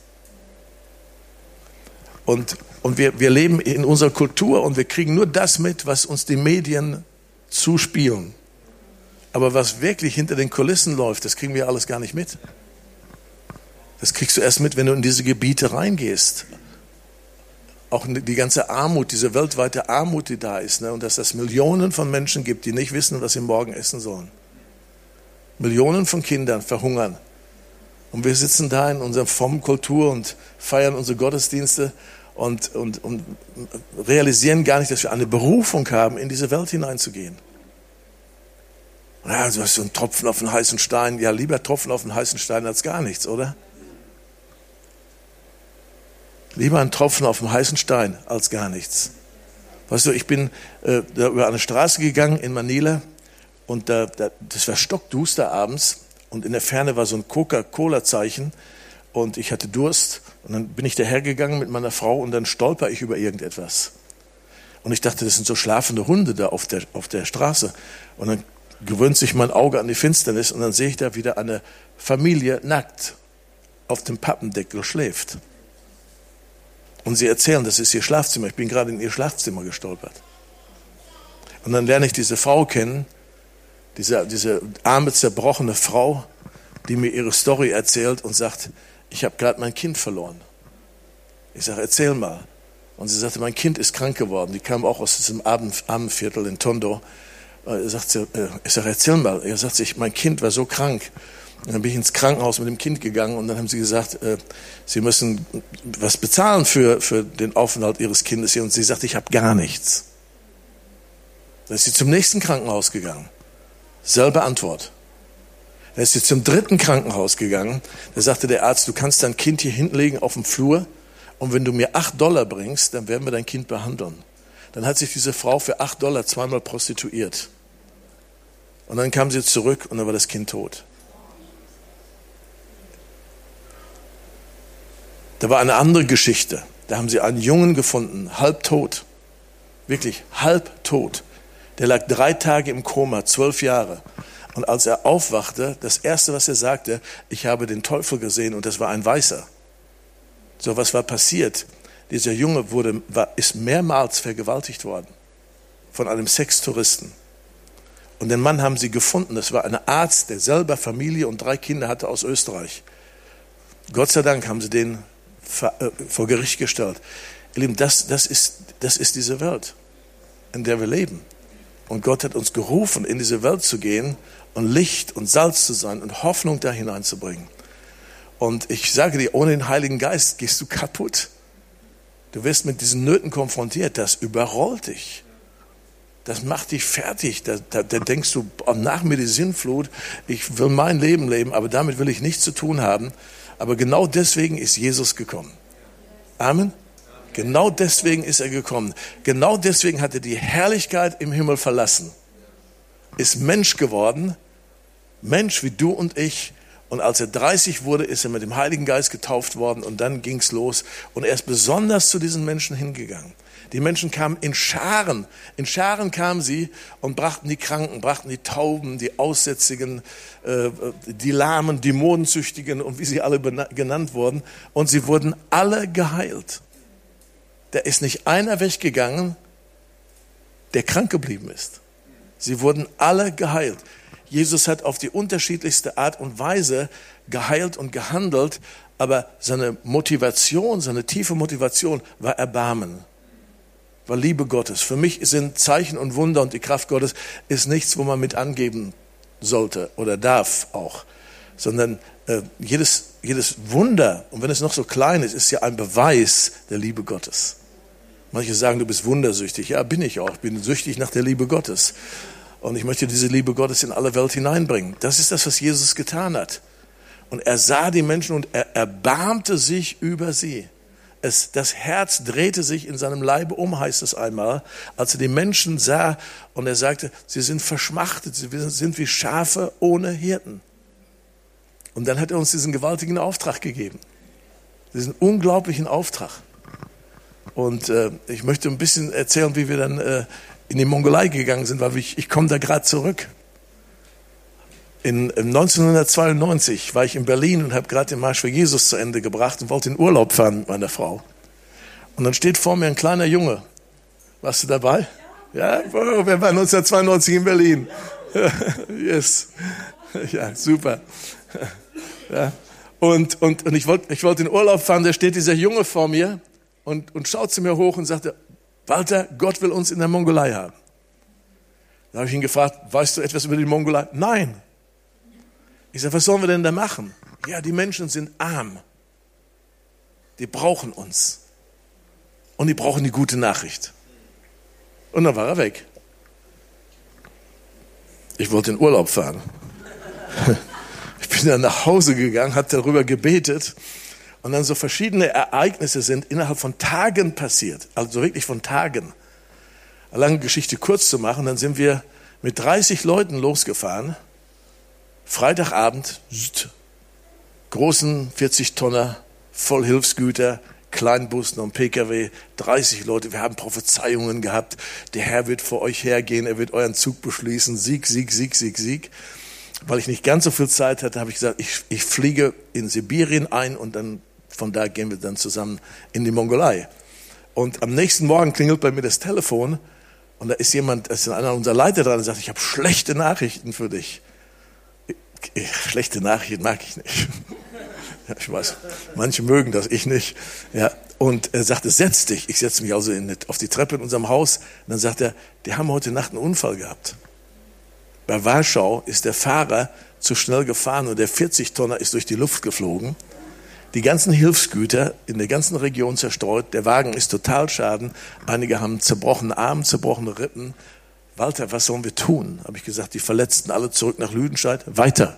Und, und wir, wir leben in unserer Kultur und wir kriegen nur das mit, was uns die Medien zuspielen. Aber was wirklich hinter den Kulissen läuft, das kriegen wir alles gar nicht mit. Das kriegst du erst mit, wenn du in diese Gebiete reingehst. Auch die ganze Armut, diese weltweite Armut, die da ist, ne? Und dass es Millionen von Menschen gibt, die nicht wissen, was sie morgen essen sollen. Millionen von Kindern verhungern. Und wir sitzen da in unserer frommen Kultur und feiern unsere Gottesdienste und, und, und realisieren gar nicht, dass wir eine Berufung haben, in diese Welt hineinzugehen. Ja, du hast so einen Tropfen auf einen heißen Stein. Ja, lieber Tropfen auf einen heißen Stein als gar nichts, oder? Lieber ein Tropfen auf einen heißen Stein als gar nichts. Weißt du, ich bin äh, da über eine Straße gegangen in Manila und da, da, das war stockduster abends und in der Ferne war so ein Coca-Cola-Zeichen und ich hatte Durst und dann bin ich dahergegangen mit meiner Frau und dann stolper ich über irgendetwas. Und ich dachte, das sind so schlafende Hunde da auf der, auf der Straße. Und dann gewöhnt sich mein Auge an die Finsternis und dann sehe ich da wieder eine Familie nackt auf dem Pappendeckel schläft. Und sie erzählen, das ist ihr Schlafzimmer. Ich bin gerade in ihr Schlafzimmer gestolpert. Und dann lerne ich diese Frau kennen, diese, diese arme, zerbrochene Frau, die mir ihre Story erzählt und sagt, ich habe gerade mein Kind verloren. Ich sage, erzähl mal. Und sie sagte, mein Kind ist krank geworden. Die kam auch aus diesem Armenviertel in Tondo. Sagt sie, ich sage, erzähl mal. Er sagt sich, mein Kind war so krank. Und dann bin ich ins Krankenhaus mit dem Kind gegangen und dann haben sie gesagt, äh, sie müssen was bezahlen für, für den Aufenthalt ihres Kindes hier. Und sie sagte, ich habe gar nichts. Dann ist sie zum nächsten Krankenhaus gegangen. Selbe Antwort. Dann ist sie zum dritten Krankenhaus gegangen. Da sagte der Arzt, du kannst dein Kind hier hinlegen auf dem Flur und wenn du mir acht Dollar bringst, dann werden wir dein Kind behandeln. Dann hat sich diese Frau für acht Dollar zweimal prostituiert. Und dann kam sie zurück und dann war das Kind tot. Da war eine andere Geschichte. Da haben sie einen Jungen gefunden, halbtot. Wirklich halbtot. Der lag drei Tage im Koma, zwölf Jahre. Und als er aufwachte, das Erste, was er sagte, ich habe den Teufel gesehen und das war ein Weißer. So, was war passiert? Dieser Junge wurde, war, ist mehrmals vergewaltigt worden von einem Sextouristen. Und den Mann haben sie gefunden. Das war ein Arzt, der selber Familie und drei Kinder hatte aus Österreich. Gott sei Dank haben sie den vor Gericht gestellt. Ihr Lieben, das, das, ist, das ist diese Welt, in der wir leben. Und Gott hat uns gerufen, in diese Welt zu gehen und Licht und Salz zu sein und Hoffnung da hineinzubringen. Und ich sage dir, ohne den Heiligen Geist gehst du kaputt. Du wirst mit diesen Nöten konfrontiert, das überrollt dich. Das macht dich fertig. Da, da, da denkst du, oh, nach mir die Sinnflut, ich will mein Leben leben, aber damit will ich nichts zu tun haben. Aber genau deswegen ist Jesus gekommen. Amen. Genau deswegen ist er gekommen. Genau deswegen hat er die Herrlichkeit im Himmel verlassen. Ist Mensch geworden. Mensch wie du und ich. Und als er dreißig wurde, ist er mit dem Heiligen Geist getauft worden und dann ging's los. Und er ist besonders zu diesen Menschen hingegangen. Die Menschen kamen in Scharen, in Scharen kamen sie und brachten die Kranken, brachten die Tauben, die Aussätzigen, äh, die Lahmen, Dämonenzüchtigen und wie sie alle genannt wurden. Und sie wurden alle geheilt. Da ist nicht einer weggegangen, der krank geblieben ist. Sie wurden alle geheilt. Jesus hat auf die unterschiedlichste Art und Weise geheilt und gehandelt, aber seine Motivation, seine tiefe Motivation war Erbarmen. War Liebe Gottes. Für mich sind Zeichen und Wunder und die Kraft Gottes ist nichts, wo man mit angeben sollte oder darf auch, sondern äh, jedes, jedes Wunder, und wenn es noch so klein ist, ist ja ein Beweis der Liebe Gottes. Manche sagen, du bist wundersüchtig. Ja, bin ich auch. Ich bin süchtig nach der Liebe Gottes. Und ich möchte diese Liebe Gottes in alle Welt hineinbringen. Das ist das, was Jesus getan hat. Und er sah die Menschen und er erbarmte sich über sie. Es, das Herz drehte sich in seinem Leibe um, heißt es einmal, als er die Menschen sah und er sagte, sie sind verschmachtet, sie sind wie Schafe ohne Hirten. Und dann hat er uns diesen gewaltigen Auftrag gegeben. Diesen unglaublichen Auftrag. Und äh, ich möchte ein bisschen erzählen, wie wir dann äh, in die Mongolei gegangen sind, weil ich, ich komme da gerade zurück. In, in neunzehnhundertzweiundneunzig war ich in Berlin und habe gerade den Marsch für Jesus zu Ende gebracht und wollte in Urlaub fahren mit meiner Frau. Und dann steht vor mir ein kleiner Junge. Warst du dabei? Ja, oh, wir waren neunzehnhundertzweiundneunzig in Berlin. Yes. Ja, super. Ja. Und, und, und ich wollte ich wollte in Urlaub fahren, da steht dieser Junge vor mir und, und schaut zu mir hoch und sagte, Walter, Gott will uns in der Mongolei haben. Da habe ich ihn gefragt, weißt du etwas über die Mongolei? Nein. Ich sage, was sollen wir denn da machen? Ja, die Menschen sind arm. Die brauchen uns. Und die brauchen die gute Nachricht. Und dann war er weg. Ich wollte in Urlaub fahren. Ich bin dann nach Hause gegangen, habe darüber gebetet. Und dann so verschiedene Ereignisse sind innerhalb von Tagen passiert. Also wirklich von Tagen. Eine lange Geschichte kurz zu machen, dann sind wir mit dreißig Leuten losgefahren. Freitagabend, großen vierzig Tonner, voll Hilfsgüter, Kleinbussen und P K W, dreißig Leute. Wir haben Prophezeiungen gehabt. Der Herr wird vor euch hergehen, er wird euren Zug beschließen. Sieg, Sieg, Sieg, Sieg, Sieg. Weil ich nicht ganz so viel Zeit hatte, habe ich gesagt, ich, ich fliege in Sibirien ein und dann von da gehen wir dann zusammen in die Mongolei. Und am nächsten Morgen klingelt bei mir das Telefon und da ist jemand, da ist einer unserer Leiter dran und sagt, ich habe schlechte Nachrichten für dich. Ich, schlechte Nachrichten mag ich nicht. Ja, ich weiß, manche mögen das, ich nicht. Ja, und er sagte, setz dich. Ich setze mich also in, auf die Treppe in unserem Haus. Und dann sagt er, die haben heute Nacht einen Unfall gehabt. Bei Warschau ist der Fahrer zu schnell gefahren und der vierzig Tonner ist durch die Luft geflogen. Die ganzen Hilfsgüter in der ganzen Region zerstreut. Der Wagen ist total schaden. Einige haben zerbrochene Arme, zerbrochene Rippen. Walter, was sollen wir tun? Habe ich gesagt, die Verletzten alle zurück nach Lüdenscheid. Weiter.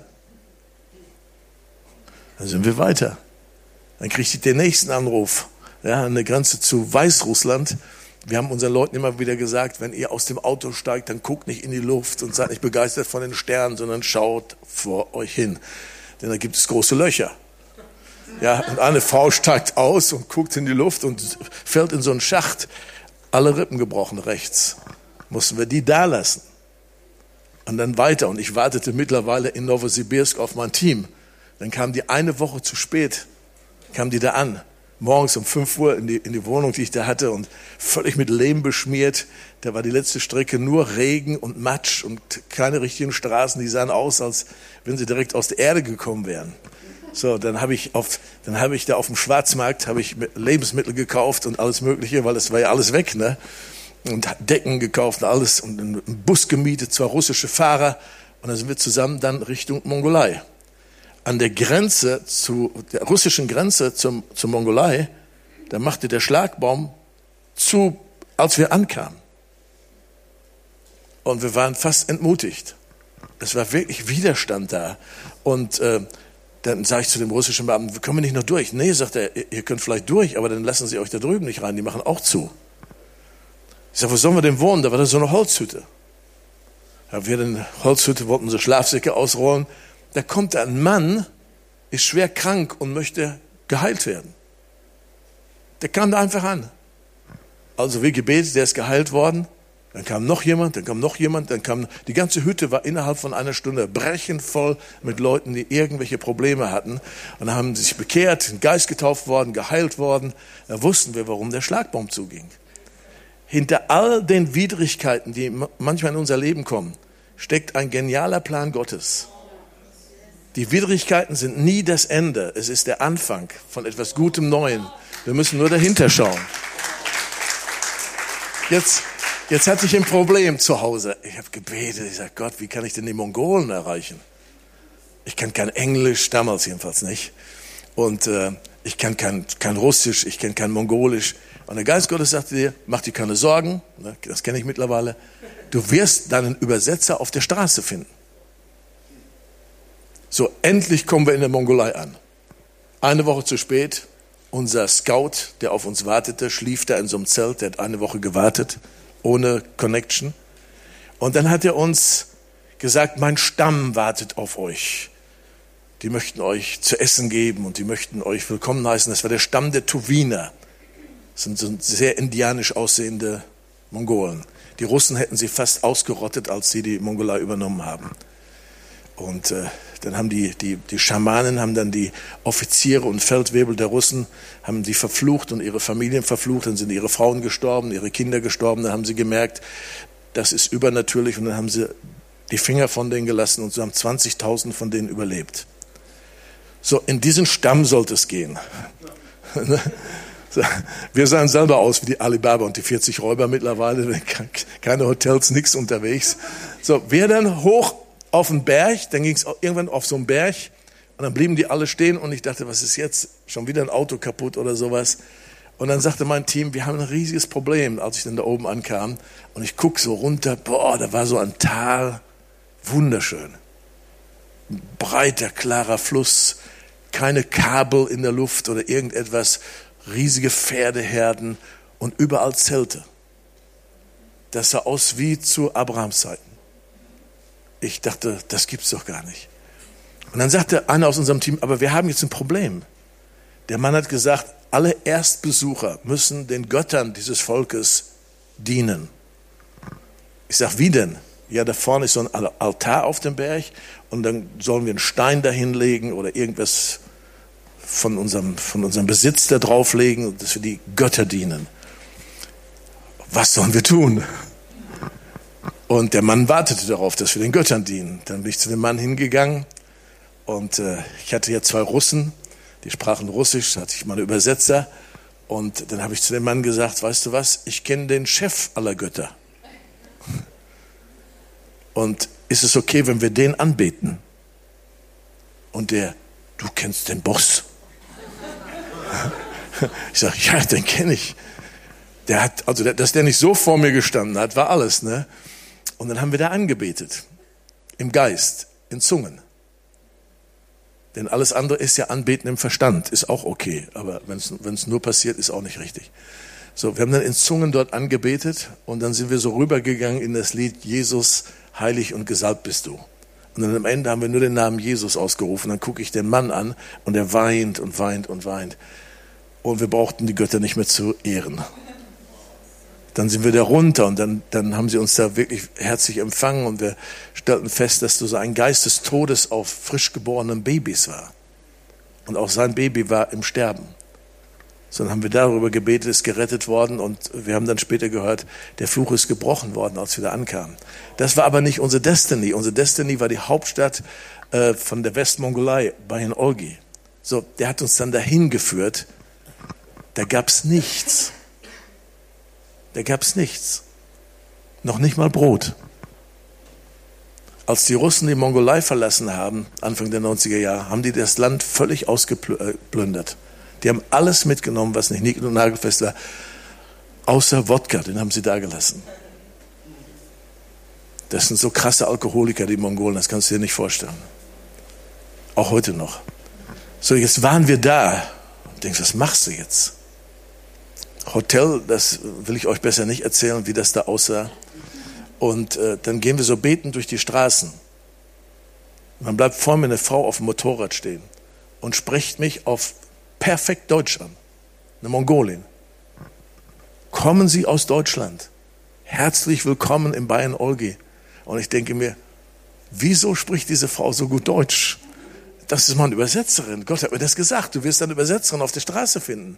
Dann sind wir weiter. Dann kriege ich den nächsten Anruf. Ja, an der Grenze zu Weißrussland. Wir haben unseren Leuten immer wieder gesagt, wenn ihr aus dem Auto steigt, dann guckt nicht in die Luft und seid nicht begeistert von den Sternen, sondern schaut vor euch hin. Denn da gibt es große Löcher. Ja, und eine Frau steigt aus und guckt in die Luft und fällt in so einen Schacht. Alle Rippen gebrochen rechts. Mussten wir die da lassen. Und dann weiter. Und ich wartete mittlerweile in Novosibirsk auf mein Team. Dann kam die eine Woche zu spät, kam die da an. Morgens um fünf Uhr in die, in die Wohnung, die ich da hatte und völlig mit Lehm beschmiert. Da war die letzte Strecke nur Regen und Matsch und keine richtigen Straßen. Die sahen aus, als wenn sie direkt aus der Erde gekommen wären. So, dann habe ich auf, dann habe ich da auf dem Schwarzmarkt habe ich Lebensmittel gekauft und alles Mögliche, weil es war ja alles weg, ne? Und Decken gekauft und alles und einen Bus gemietet, zwei russische Fahrer und dann sind wir zusammen dann Richtung Mongolei. An der Grenze zu der russischen Grenze zum zur Mongolei, da machte der Schlagbaum zu, als wir ankamen. Und wir waren fast entmutigt. Es war wirklich Widerstand da. Und äh, dann sage ich zu dem russischen Beamten, wir kommen nicht noch durch. Nee, sagt er, ihr könnt vielleicht durch, aber dann lassen sie euch da drüben nicht rein, die machen auch zu. Ich sage, wo sollen wir denn wohnen? Da war da so eine Holzhütte. Ja, wir in der Holzhütte wollten so Schlafsäcke ausrollen. Da kommt ein Mann, ist schwer krank und möchte geheilt werden. Der kam da einfach an. Also wie gebetet, der ist geheilt worden. Dann kam noch jemand, dann kam noch jemand, dann kam, die ganze Hütte war innerhalb von einer Stunde brechend voll mit Leuten, die irgendwelche Probleme hatten. Und dann haben sie sich bekehrt, in den Geist getauft worden, geheilt worden. Da wussten wir, warum der Schlagbaum zuging. Hinter all den Widrigkeiten, die manchmal in unser Leben kommen, steckt ein genialer Plan Gottes. Die Widrigkeiten sind nie das Ende. Es ist der Anfang von etwas Gutem Neuen. Wir müssen nur dahinter schauen. Jetzt, jetzt hatte ich ein Problem zu Hause. Ich habe gebetet. Ich sage, Gott, wie kann ich denn die Mongolen erreichen? Ich kann kein Englisch, damals jedenfalls nicht. Und äh, ich kann kein, kein Russisch, ich kann kein Mongolisch. Und der Geist Gottes sagte dir, mach dir keine Sorgen, ne, das kenne ich mittlerweile. Du wirst deinen Übersetzer auf der Straße finden. So, endlich kommen wir in der Mongolei an. Eine Woche zu spät, unser Scout, der auf uns wartete, schlief da in so einem Zelt, der hat eine Woche gewartet, ohne Connection. Und dann hat er uns gesagt, mein Stamm wartet auf euch. die möchten euch zu essen geben und die möchten euch willkommen heißen. Das war der Stamm der Tuwiner. Das sind so sehr indianisch aussehende Mongolen. Die Russen hätten sie fast ausgerottet, als sie die Mongolei übernommen haben. Und äh, dann haben die, die, die Schamanen, haben dann die Offiziere und Feldwebel der Russen, haben die verflucht und ihre Familien verflucht. Dann sind ihre Frauen gestorben, ihre Kinder gestorben. Dann haben sie gemerkt, das ist übernatürlich. Und dann haben sie die Finger von denen gelassen und so haben zwanzigtausend von denen überlebt. So, in diesen Stamm sollte es gehen. Wir sahen selber aus wie die Alibaba und die vierzig Räuber mittlerweile. Keine Hotels, nichts unterwegs. So, wir dann hoch auf den Berg, dann ging es irgendwann auf so einen Berg und dann blieben die alle stehen und ich dachte, was ist jetzt? Schon wieder ein Auto kaputt oder sowas. Und dann sagte mein Team, wir haben ein riesiges Problem, als ich dann da oben ankam. Und ich gucke so runter, boah, da war so ein Tal, wunderschön. Ein breiter, klarer Fluss, keine Kabel in der Luft oder irgendetwas, riesige Pferdeherden und überall Zelte. Das sah aus wie zu Abrahams Zeiten. Ich dachte, das gibt's doch gar nicht. Und dann sagte einer aus unserem Team, aber wir haben jetzt ein Problem. Der Mann hat gesagt, alle Erstbesucher müssen den Göttern dieses Volkes dienen. Ich sage, wie denn? Ja, da vorne ist so ein Altar auf dem Berg und dann sollen wir einen Stein dahin legen oder irgendwas von unserem, von unserem Besitz da drauflegen, dass wir die Götter dienen. Was sollen wir tun? Und der Mann wartete darauf, dass wir den Göttern dienen. Dann bin ich zu dem Mann hingegangen und äh, ich hatte ja zwei Russen, die sprachen Russisch, da hatte ich mal einen Übersetzer. Und dann habe ich zu dem Mann gesagt, weißt du was, ich kenne den Chef aller Götter. Und ist es okay, wenn wir den anbeten? Und der, du kennst den Boss. Ich sage, ja, den kenne ich. Der hat, also dass der nicht so vor mir gestanden hat, war alles, ne? Und dann haben wir da angebetet. Im Geist, in Zungen. Denn alles andere ist ja Anbeten im Verstand, ist auch okay. Aber wenn es nur passiert, ist auch nicht richtig. So, wir haben dann in Zungen dort angebetet und dann sind wir so rübergegangen in das Lied Jesus, heilig und gesalbt bist du. Und dann am Ende haben wir nur den Namen Jesus ausgerufen. Dann gucke ich den Mann an und er weint und weint und weint. Und wir brauchten die Götter nicht mehr zu ehren. Dann sind wir da runter und dann, dann haben sie uns da wirklich herzlich empfangen und wir stellten fest, dass so ein Geist des Todes auf frisch geborenen Babys war. Und auch sein Baby war im Sterben. So, dann haben wir darüber gebetet, ist gerettet worden und wir haben dann später gehört, der Fluch ist gebrochen worden, als wir da ankamen. Das war aber nicht unsere Destiny. Unsere Destiny war die Hauptstadt äh, von der Westmongolei, Bayan-Olgi. So, der hat uns dann dahin geführt. Da gab's nichts. Da gab's nichts. Noch nicht mal Brot. Als die Russen die Mongolei verlassen haben, Anfang der neunziger Jahre, haben die das Land völlig ausgeplündert. Die haben alles mitgenommen, was nicht nied- und nagelfest war, außer Wodka, den haben sie da gelassen. Das sind so krasse Alkoholiker, die Mongolen, das kannst du dir nicht vorstellen. Auch heute noch. So, jetzt waren wir da. Und denkst, was machst du jetzt? Hotel, das will ich euch besser nicht erzählen, wie das da aussah. Und äh, dann gehen wir so betend durch die Straßen. Und dann bleibt vor mir eine Frau auf dem Motorrad stehen und spricht mich auf perfekt Deutsch an. Eine Mongolin. Kommen Sie aus Deutschland? Herzlich willkommen in Bayan-Olgi. Und ich denke mir, wieso spricht diese Frau so gut Deutsch? Das ist mal eine Übersetzerin. Gott hat mir das gesagt. Du wirst eine Übersetzerin auf der Straße finden.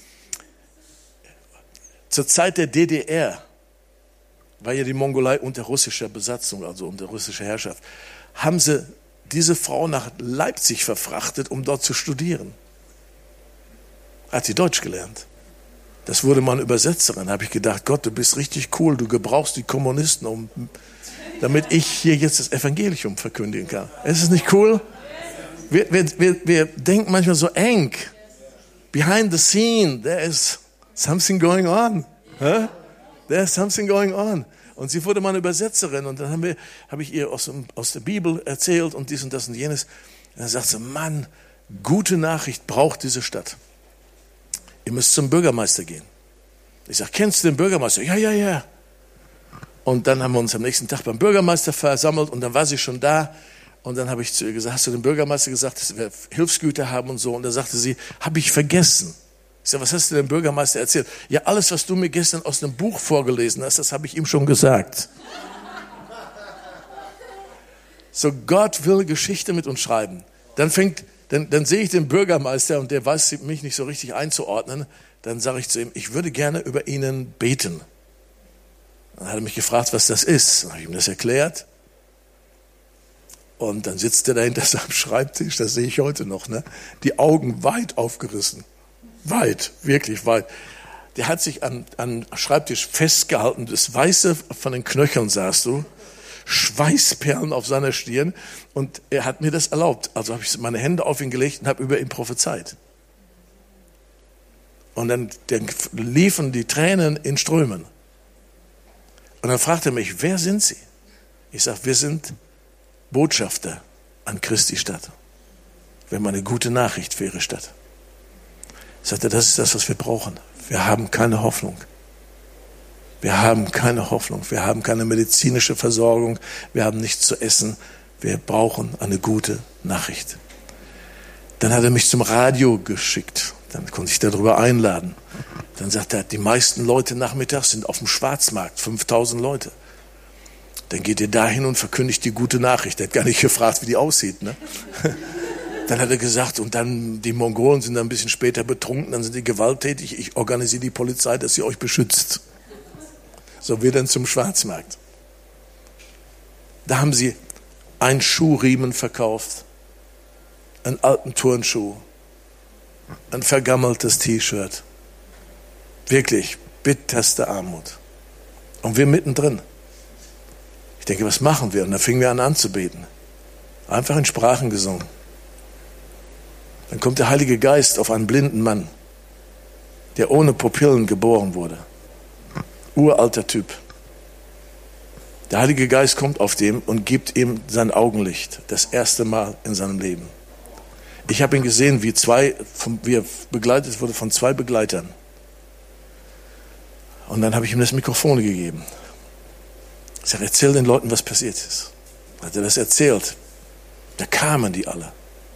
Zur Zeit der D D R war ja die Mongolei unter russischer Besatzung, also unter russischer Herrschaft, haben sie diese Frau nach Leipzig verfrachtet, um dort zu studieren. Hat sie Deutsch gelernt. Das wurde mal eine Übersetzerin. Da habe ich gedacht, Gott, du bist richtig cool, du gebrauchst die Kommunisten, um, damit ich hier jetzt das Evangelium verkündigen kann. Ist es nicht cool? Wir, wir, wir, wir denken manchmal so eng. Behind the scene, there is something going on. Huh? There's something going on. Und sie wurde mal eine Übersetzerin und dann haben wir, habe ich ihr aus, aus der Bibel erzählt und dies und das und jenes. Und dann sagt sie, Mann, gute Nachricht braucht diese Stadt. Ihr müsst zum Bürgermeister gehen. Ich sage, kennst du den Bürgermeister? Ja, ja, ja. Und dann haben wir uns am nächsten Tag beim Bürgermeister versammelt und dann war sie schon da Und dann habe ich zu ihr gesagt, hast du dem Bürgermeister gesagt, dass wir Hilfsgüter haben und so? Und da sagte sie, habe ich vergessen. Ich sage, was hast du dem Bürgermeister erzählt? Ja, alles, was du mir gestern aus einem Buch vorgelesen hast, das habe ich ihm schon gesagt. So, Gott will Geschichte mit uns schreiben. Dann fängt, dann, dann sehe ich den Bürgermeister und der weiß mich nicht so richtig einzuordnen. Dann sage ich zu ihm, ich würde gerne über Ihnen beten. Dann hat er mich gefragt, was das ist. Dann habe ich ihm das erklärt. Und dann sitzt er dahinter am Schreibtisch, das sehe ich heute noch, ne? Die Augen weit aufgerissen. Weit, wirklich weit. Der hat sich an, an Schreibtisch festgehalten. Das Weiße von den Knöcheln sahst du. Schweißperlen auf seiner Stirn. Und er hat mir das erlaubt. Also habe ich meine Hände auf ihn gelegt und habe über ihn prophezeit. Und dann, dann liefen die Tränen in Strömen. Und dann fragte er mich, wer sind Sie? Ich sage, wir sind Botschafter an Christi Stadt. Wir haben eine gute Nachricht für Ihre Stadt. Sagt er, das ist das, was wir brauchen. Wir haben keine Hoffnung. Wir haben keine Hoffnung. Wir haben keine medizinische Versorgung. Wir haben nichts zu essen. Wir brauchen eine gute Nachricht. Dann hat er mich zum Radio geschickt. Dann konnte ich darüber einladen. Dann sagt er, die meisten Leute nachmittags sind auf dem Schwarzmarkt, fünftausend Leute. Dann geht ihr dahin und verkündigt die gute Nachricht. Er hat gar nicht gefragt, wie die aussieht. Ne? Dann hat er gesagt, und dann die Mongolen sind dann ein bisschen später betrunken, dann sind die gewalttätig. Ich organisiere die Polizei, dass sie euch beschützt. So, wir dann zum Schwarzmarkt. Da haben sie einen Schuhriemen verkauft, einen alten Turnschuh, ein vergammeltes T-Shirt. Wirklich bitterste Armut. Und wir mittendrin. Ich denke, was machen wir? Und dann fingen wir an anzubeten. Einfach in Sprachen gesungen. Dann kommt der Heilige Geist auf einen blinden Mann, der ohne Pupillen geboren wurde. Uralter Typ. Der Heilige Geist kommt auf dem und gibt ihm sein Augenlicht. Das erste Mal in seinem Leben. Ich habe ihn gesehen, wie, zwei, wie er begleitet wurde von zwei Begleitern. Und dann habe ich ihm das Mikrofon gegeben. Ich sage, erzähl den Leuten, was passiert ist. Hat er das erzählt? Da kamen die alle.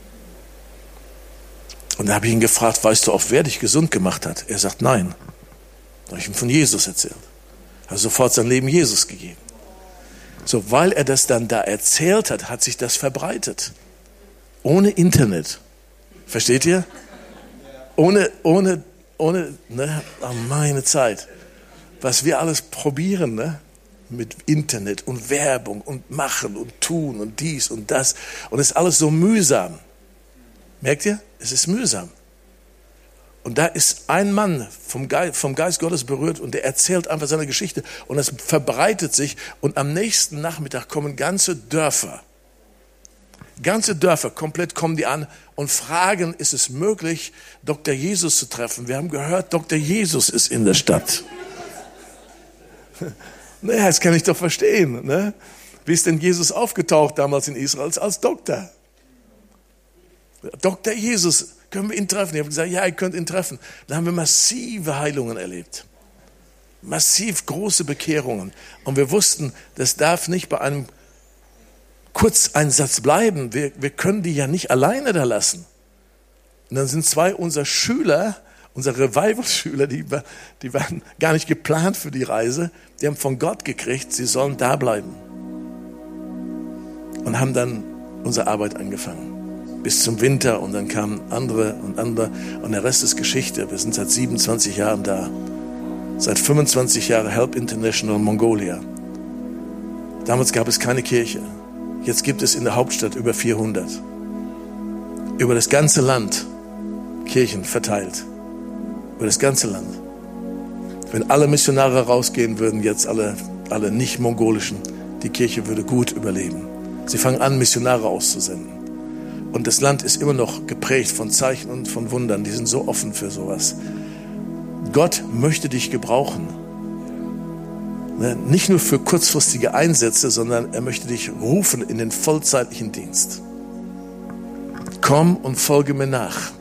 Und dann habe ich ihn gefragt, weißt du auch, wer dich gesund gemacht hat? Er sagt, nein. Da habe ich ihm von Jesus erzählt. Er hat sofort sein Leben Jesus gegeben. So, weil er das dann da erzählt hat, hat sich das verbreitet. Ohne Internet. Versteht ihr? Ohne, ohne, ohne, ne, oh meine Zeit. Was wir alles probieren, ne? Mit Internet und Werbung und machen und tun und dies und das. Und es ist alles so mühsam. Merkt ihr? Es ist mühsam. Und da ist ein Mann vom Geist, vom Geist Gottes berührt und der erzählt einfach seine Geschichte. Und es verbreitet sich und am nächsten Nachmittag kommen ganze Dörfer. Ganze Dörfer, komplett kommen die an und fragen, ist es möglich, Doktor Jesus zu treffen? Wir haben gehört, Doktor Jesus ist in der Stadt. Naja, das kann ich doch verstehen. Ne? Wie ist denn Jesus aufgetaucht damals in Israel als Doktor? Doktor Jesus, können wir ihn treffen? Ich habe gesagt, ja, ihr könnt ihn treffen. Da haben wir massive Heilungen erlebt. Massiv große Bekehrungen. Und wir wussten, das darf nicht bei einem Kurzeinsatz bleiben. Wir, wir können die ja nicht alleine da lassen. Und dann sind zwei unserer Schüler, unsere Revival-Schüler, die, die waren gar nicht geplant für die Reise, die haben von Gott gekriegt, sie sollen da bleiben. Und haben dann unsere Arbeit angefangen. Bis zum Winter und dann kamen andere und andere und der Rest ist Geschichte. Wir sind seit siebenundzwanzig Jahren da. Seit fünfundzwanzig Jahren Help International Mongolia. Damals gab es keine Kirche. Jetzt gibt es in der Hauptstadt über vierhundert. Über das ganze Land Kirchen verteilt. Über das ganze Land. Wenn alle Missionare rausgehen würden, jetzt alle, alle nicht-mongolischen, die Kirche würde gut überleben. Sie fangen an, Missionare auszusenden. Und das Land ist immer noch geprägt von Zeichen und von Wundern. Die sind so offen für sowas. Gott möchte dich gebrauchen. Nicht nur für kurzfristige Einsätze, sondern er möchte dich rufen in den vollzeitlichen Dienst. Komm und folge mir nach.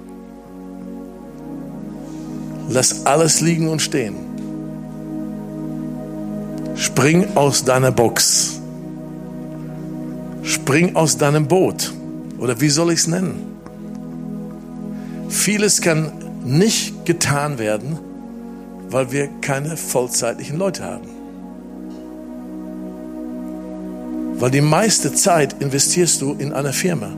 Lass alles liegen und stehen. Spring aus deiner Box. Spring aus deinem Boot. Oder wie soll ich es nennen? Vieles kann nicht getan werden, weil wir keine vollzeitlichen Leute haben. Weil die meiste Zeit investierst du in eine Firma.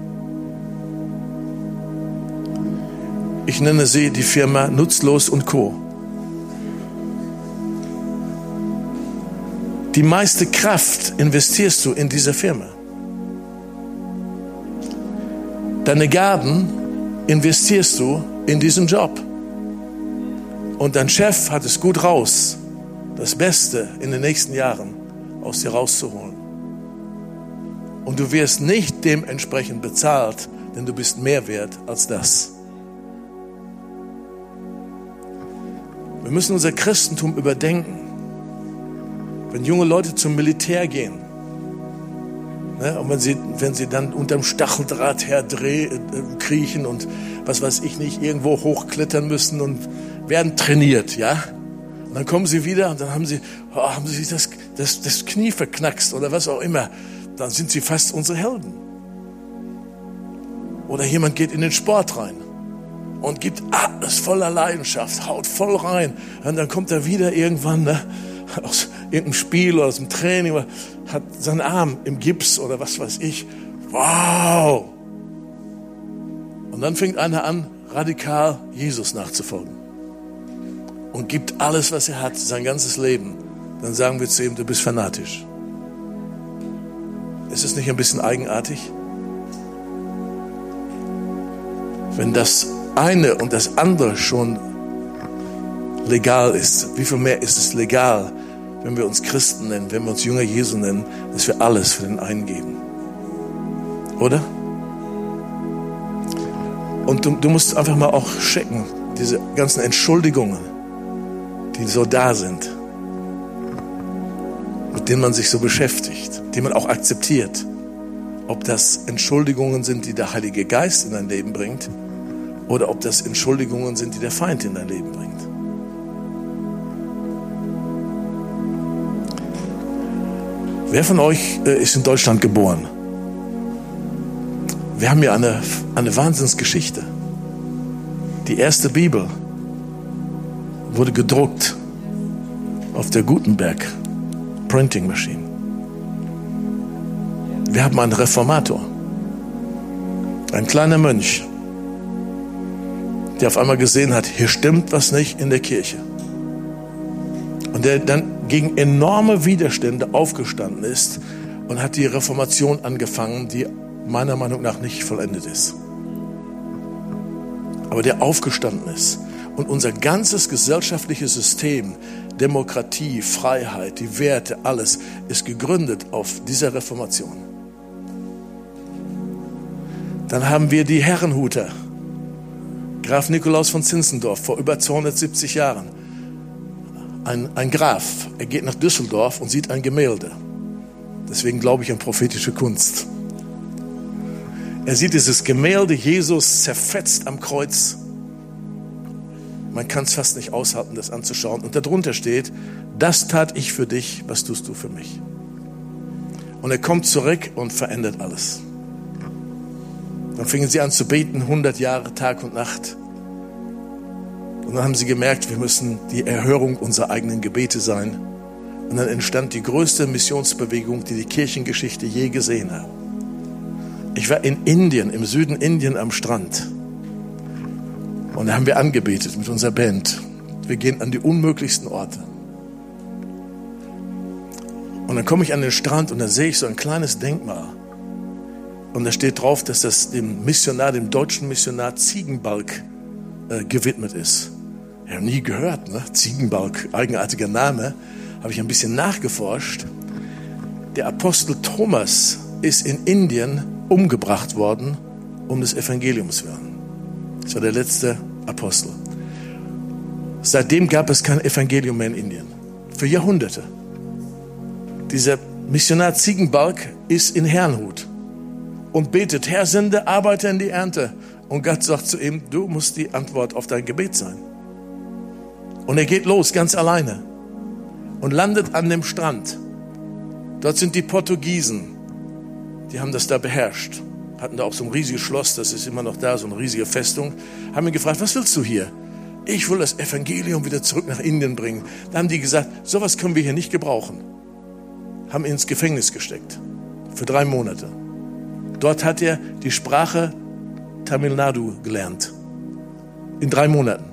Ich nenne sie die Firma Nutzlos und Co. Die meiste Kraft investierst du in diese Firma. Deine Gaben investierst du in diesen Job. Und dein Chef hat es gut raus, das Beste in den nächsten Jahren aus dir rauszuholen. Und du wirst nicht dementsprechend bezahlt, denn du bist mehr wert als das. Wir müssen unser Christentum überdenken. Wenn junge Leute zum Militär gehen, ne, und wenn sie, wenn sie dann unterm Stacheldraht herdrehen, äh, kriechen und was weiß ich nicht, irgendwo hochklettern müssen und werden trainiert, ja? Und dann kommen sie wieder und dann haben sie, oh, haben sie sich das, das, das Knie verknackst oder was auch immer. Dann sind sie fast unsere Helden. Oder jemand geht in den Sport rein und gibt alles voller Leidenschaft, haut voll rein. Und dann kommt er wieder irgendwann, ne, aus irgendeinem Spiel oder aus dem Training, oder hat seinen Arm im Gips oder was weiß ich. Wow! Und dann fängt einer an, radikal Jesus nachzufolgen. Und gibt alles, was er hat, sein ganzes Leben. Dann sagen wir zu ihm, du bist fanatisch. Ist es nicht ein bisschen eigenartig? Wenn das eine und das andere schon legal ist, wie viel mehr ist es legal, wenn wir uns Christen nennen, wenn wir uns Jünger Jesu nennen, dass wir alles für den einen geben? Oder? Und du, du musst einfach mal auch checken, diese ganzen Entschuldigungen, die so da sind, mit denen man sich so beschäftigt, die man auch akzeptiert. Ob das Entschuldigungen sind, die der Heilige Geist in dein Leben bringt, oder ob das Entschuldigungen sind, die der Feind in dein Leben bringt. Wer von euch äh, ist in Deutschland geboren? Wir haben hier eine, eine Wahnsinnsgeschichte. Die erste Bibel wurde gedruckt auf der Gutenberg Printing Machine. Wir haben einen Reformator, ein kleiner Mönch, der auf einmal gesehen hat, hier stimmt was nicht in der Kirche. Und der dann gegen enorme Widerstände aufgestanden ist und hat die Reformation angefangen, die meiner Meinung nach nicht vollendet ist. Aber der aufgestanden ist. Und unser ganzes gesellschaftliches System, Demokratie, Freiheit, die Werte, alles ist gegründet auf dieser Reformation. Dann haben wir die Herrenhuter. Graf Nikolaus von Zinzendorf vor über zweihundertsiebzig Jahren. Ein, ein Graf, er geht nach Düsseldorf und sieht ein Gemälde. Deswegen glaube ich an prophetische Kunst. Er sieht dieses Gemälde, Jesus zerfetzt am Kreuz. Man kann es fast nicht aushalten, das anzuschauen. Und darunter steht, das tat ich für dich, was tust du für mich? Und er kommt zurück und verändert alles. Dann fingen sie an zu beten, hundert Jahre, Tag und Nacht. Und dann haben sie gemerkt, wir müssen die Erhörung unserer eigenen Gebete sein. Und dann entstand die größte Missionsbewegung, die die Kirchengeschichte je gesehen hat. Ich war in Indien, im Süden Indien am Strand. Und da haben wir angebetet mit unserer Band. Wir gehen an die unmöglichsten Orte. Und dann komme ich an den Strand und dann sehe ich so ein kleines Denkmal. Und da steht drauf, dass das dem Missionar, dem deutschen Missionar Ziegenbalg äh, gewidmet ist. Ich habe nie gehört, ne? Ziegenbalg, eigenartiger Name. Habe ich ein bisschen nachgeforscht. Der Apostel Thomas ist in Indien umgebracht worden, um des Evangeliums willen. Das war der letzte Apostel. Seitdem gab es kein Evangelium mehr in Indien. Für Jahrhunderte. Dieser Missionar Ziegenbalg ist in Herrnhut und betet, Herr, sende Arbeiter in die Ernte. Und Gott sagt zu ihm, du musst die Antwort auf dein Gebet sein. Und er geht los, ganz alleine. Und landet an dem Strand. Dort sind die Portugiesen, die haben das da beherrscht. Hatten da auch so ein riesiges Schloss, das ist immer noch da, so eine riesige Festung. Haben ihn gefragt, was willst du hier? Ich will das Evangelium wieder zurück nach Indien bringen. Da haben die gesagt, sowas können wir hier nicht gebrauchen. Haben ihn ins Gefängnis gesteckt. Für drei Monate. Dort hat er die Sprache Tamil Nadu gelernt. In drei Monaten.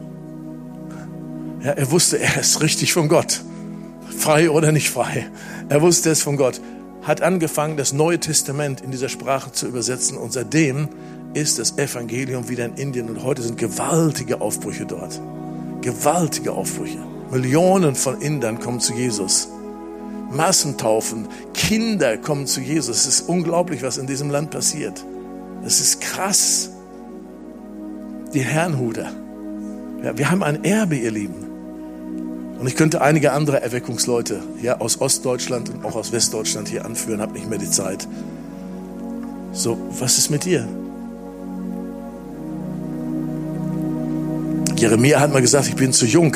Ja, er wusste, er ist richtig von Gott. Frei oder nicht frei. Er wusste es von Gott. Hat angefangen, das Neue Testament in dieser Sprache zu übersetzen. Und seitdem ist das Evangelium wieder in Indien. Und heute sind gewaltige Aufbrüche dort. Gewaltige Aufbrüche. Millionen von Indern kommen zu Jesus. Massentaufen. Kinder kommen zu Jesus. Es ist unglaublich, was in diesem Land passiert. Es ist krass. Die Herrnhuter. Ja, wir haben ein Erbe, ihr Lieben. Und ich könnte einige andere Erweckungsleute ja, aus Ostdeutschland und auch aus Westdeutschland hier anführen, habe nicht mehr die Zeit. So, was ist mit dir? Jeremia hat mal gesagt, ich bin zu jung.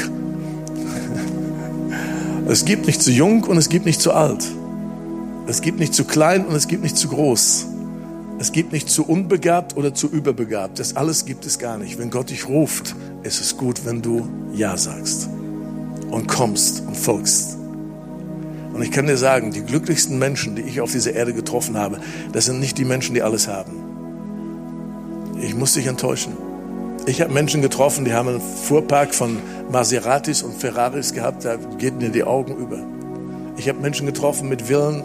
Es gibt nicht zu jung und es gibt nicht zu alt. Es gibt nicht zu klein und es gibt nicht zu groß. Es gibt nicht zu unbegabt oder zu überbegabt. Das alles gibt es gar nicht. Wenn Gott dich ruft, ist es gut, wenn du Ja sagst und kommst und folgst. Und ich kann dir sagen, die glücklichsten Menschen, die ich auf dieser Erde getroffen habe, das sind nicht die Menschen, die alles haben. Ich muss dich enttäuschen. Ich habe Menschen getroffen, die haben einen Fuhrpark von Maseratis und Ferraris gehabt, da geht mir die Augen über. Ich habe Menschen getroffen mit Villen.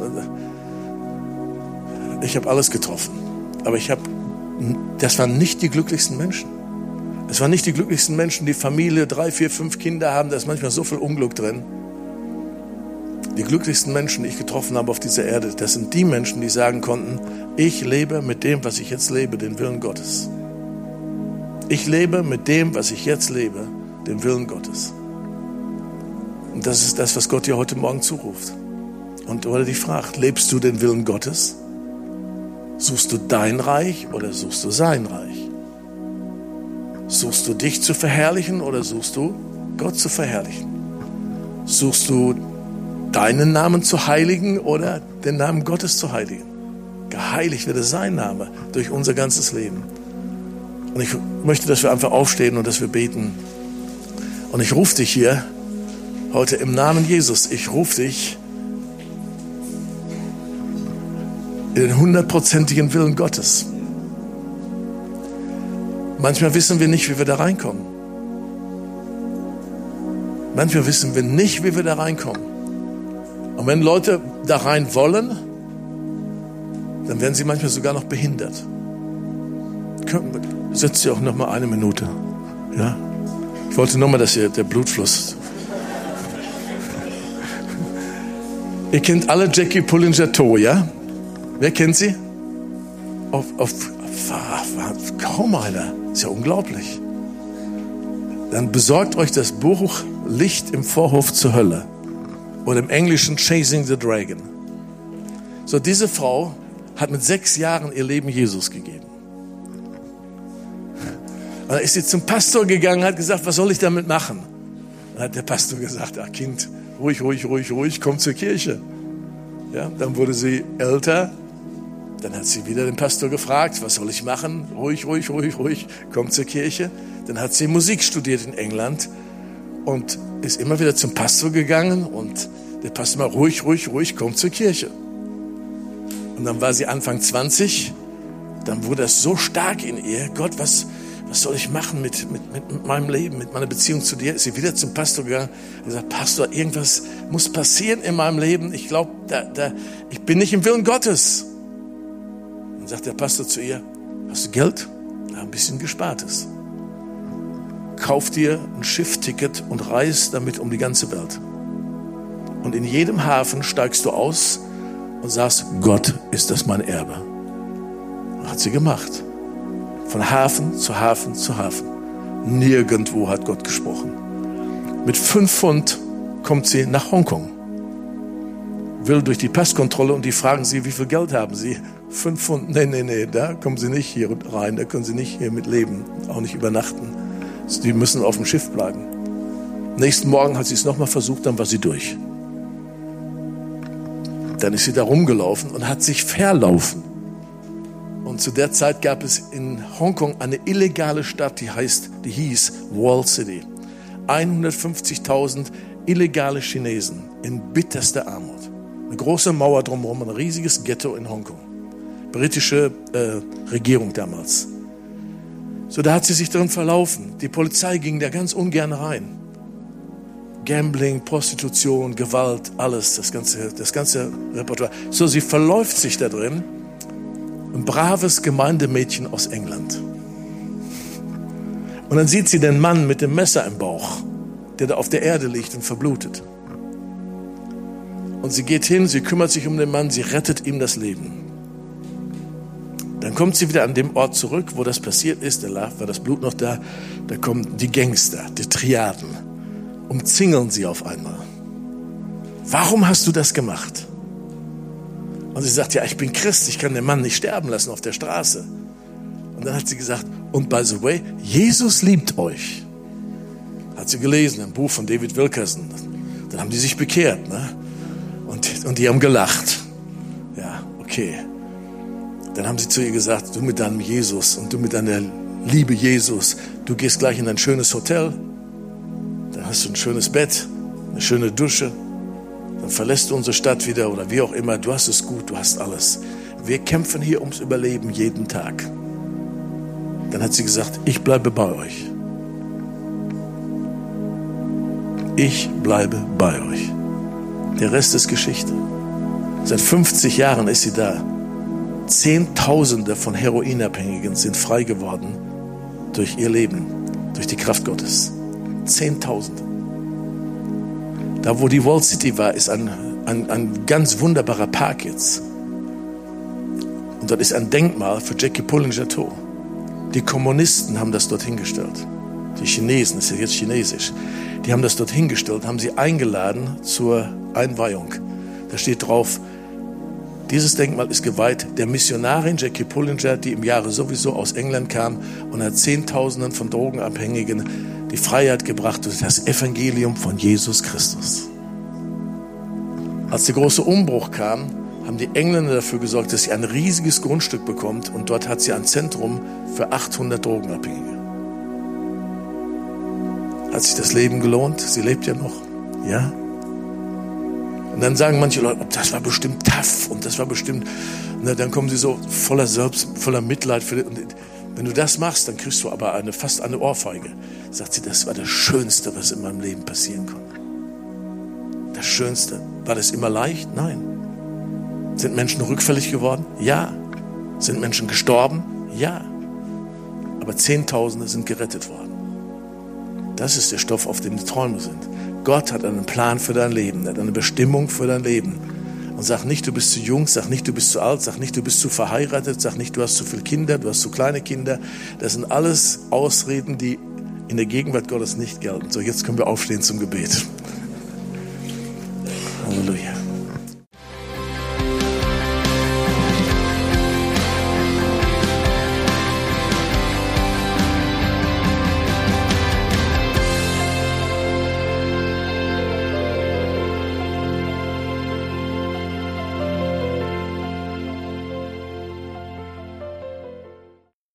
Ich habe alles getroffen. Aber ich habe, das waren nicht die glücklichsten Menschen. Es waren nicht die glücklichsten Menschen, die Familie, drei, vier, fünf Kinder haben, da ist manchmal so viel Unglück drin. Die glücklichsten Menschen, die ich getroffen habe auf dieser Erde, das sind die Menschen, die sagen konnten, ich lebe mit dem, was ich jetzt lebe, den Willen Gottes. Ich lebe mit dem, was ich jetzt lebe, den Willen Gottes. Und das ist das, was Gott dir heute Morgen zuruft. Und oder dich fragt, lebst du den Willen Gottes? Suchst du dein Reich oder suchst du sein Reich? Suchst du dich zu verherrlichen oder suchst du Gott zu verherrlichen? Suchst du deinen Namen zu heiligen oder den Namen Gottes zu heiligen? Geheiligt werde sein Name durch unser ganzes Leben. Und ich möchte, dass wir einfach aufstehen und dass wir beten. Und ich rufe dich hier heute im Namen Jesus. Ich rufe dich in den hundertprozentigen Willen Gottes. Manchmal wissen wir nicht, wie wir da reinkommen. Manchmal wissen wir nicht, wie wir da reinkommen. Und wenn Leute da rein wollen, dann werden sie manchmal sogar noch behindert. Setzt ihr auch noch mal eine Minute. Ja? Ich wollte nur mal, dass ihr der Blutfluss. Ihr kennt alle Jackie Pullinger-Toe, ja? Wer kennt sie? Auf, auf, auf, kaum einer. Ist ja unglaublich. Dann besorgt euch das Buch Licht im Vorhof zur Hölle. Oder im Englischen Chasing the Dragon. So, diese Frau hat mit sechs Jahren ihr Leben Jesus gegeben. Und dann ist sie zum Pastor gegangen, hat gesagt, was soll ich damit machen? Dann hat der Pastor gesagt, ach Kind, ruhig, ruhig, ruhig, ruhig, komm zur Kirche. Ja, dann wurde sie älter. Dann hat sie wieder den Pastor gefragt, was soll ich machen? Ruhig, ruhig, ruhig, ruhig, komm zur Kirche. Dann hat sie Musik studiert in England und ist immer wieder zum Pastor gegangen und der Pastor mal ruhig, ruhig, ruhig, komm zur Kirche. Und dann war sie Anfang zwanzig, dann wurde das so stark in ihr, Gott, was, was soll ich machen mit, mit, mit meinem Leben, mit meiner Beziehung zu dir? Ist sie wieder zum Pastor gegangen und gesagt, Pastor, irgendwas muss passieren in meinem Leben. Ich glaube, da, da, ich bin nicht im Willen Gottes. Dann sagt der Pastor zu ihr, hast du Geld? Ja, ein bisschen Gespartes. Kauf dir ein Schiffticket und reis damit um die ganze Welt. Und in jedem Hafen steigst du aus und sagst, Gott ist das mein Erbe. Das hat sie gemacht. Von Hafen zu Hafen zu Hafen. Nirgendwo hat Gott gesprochen. Mit fünf Pfund kommt sie nach Hongkong. Will durch die Passkontrolle und die fragen sie, wie viel Geld haben sie? Fünf Pfund. Nee, nee, nee, da kommen sie nicht hier rein. Da können sie nicht hier mit leben. Auch nicht übernachten. Die müssen auf dem Schiff bleiben. Nächsten Morgen hat sie es nochmal versucht, dann war sie durch. Dann ist sie da rumgelaufen und hat sich verlaufen. Und zu der Zeit gab es in Hongkong eine illegale Stadt, die heißt, die hieß Wall City. hundertfünfzigtausend illegale Chinesen in bitterster Armut. Eine große Mauer drumherum, ein riesiges Ghetto in Hongkong. Britische äh, Regierung damals. So, da hat sie sich drin verlaufen. Die Polizei ging da ganz ungern rein. Gambling, Prostitution, Gewalt, alles, das ganze, das ganze Repertoire. So, sie verläuft sich da drin. Ein braves Gemeindemädchen aus England. Und dann sieht sie den Mann mit dem Messer im Bauch, der da auf der Erde liegt und verblutet. Und sie geht hin, sie kümmert sich um den Mann, sie rettet ihm das Leben. Dann kommt sie wieder an dem Ort zurück, wo das passiert ist, da lag, war das Blut noch da, da kommen die Gangster, die Triaden, umzingeln sie auf einmal. Warum hast du das gemacht? Und sie sagt, ja, ich bin Christ, ich kann den Mann nicht sterben lassen auf der Straße. Und dann hat sie gesagt, und by the way, Jesus liebt euch. Hat sie gelesen, im Buch von David Wilkerson. Dann haben die sich bekehrt, ne? Und, und die haben gelacht. Ja, okay. Dann haben sie zu ihr gesagt, du mit deinem Jesus und du mit deiner Liebe Jesus, du gehst gleich in ein schönes Hotel, dann hast du ein schönes Bett, eine schöne Dusche, dann verlässt du unsere Stadt wieder oder wie auch immer, du hast es gut, du hast alles. Wir kämpfen hier ums Überleben jeden Tag. Dann hat sie gesagt, ich bleibe bei euch. Ich bleibe bei euch. Der Rest ist Geschichte. Seit fünfzig Jahren ist sie da. Zehntausende von Heroinabhängigen sind frei geworden durch ihr Leben, durch die Kraft Gottes. Zehntausende. Da, wo die Wall City war, ist ein, ein, ein ganz wunderbarer Park jetzt. Und dort ist ein Denkmal für Jackie Pullinger tot. Die Kommunisten haben das dort hingestellt. Die Chinesen, das ist ja jetzt chinesisch, die haben das dort hingestellt, haben sie eingeladen zur Einweihung. Da steht drauf, dieses Denkmal ist geweiht der Missionarin Jackie Pullinger, die im Jahre sowieso aus England kam und hat Zehntausenden von Drogenabhängigen die Freiheit gebracht durch das Evangelium von Jesus Christus. Als der große Umbruch kam, haben die Engländer dafür gesorgt, dass sie ein riesiges Grundstück bekommt und dort hat sie ein Zentrum für achthundert Drogenabhängige. Hat sich das Leben gelohnt? Sie lebt ja noch. Ja? Und dann sagen manche Leute, das war bestimmt tough und das war bestimmt, na, dann kommen sie so voller Selbst, voller Mitleid. Für die, und wenn du das machst, dann kriegst du aber eine, fast eine Ohrfeige. Sagt sie, das war das Schönste, was in meinem Leben passieren konnte. Das Schönste. War das immer leicht? Nein. Sind Menschen rückfällig geworden? Ja. Sind Menschen gestorben? Ja. Aber Zehntausende sind gerettet worden. Das ist der Stoff, auf dem die Träume sind. Gott hat einen Plan für dein Leben, er hat eine Bestimmung für dein Leben. Und sag nicht, du bist zu jung, sag nicht, du bist zu alt, sag nicht, du bist zu verheiratet, sag nicht, du hast zu viele Kinder, du hast zu kleine Kinder. Das sind alles Ausreden, die in der Gegenwart Gottes nicht gelten. So, jetzt können wir aufstehen zum Gebet. Halleluja.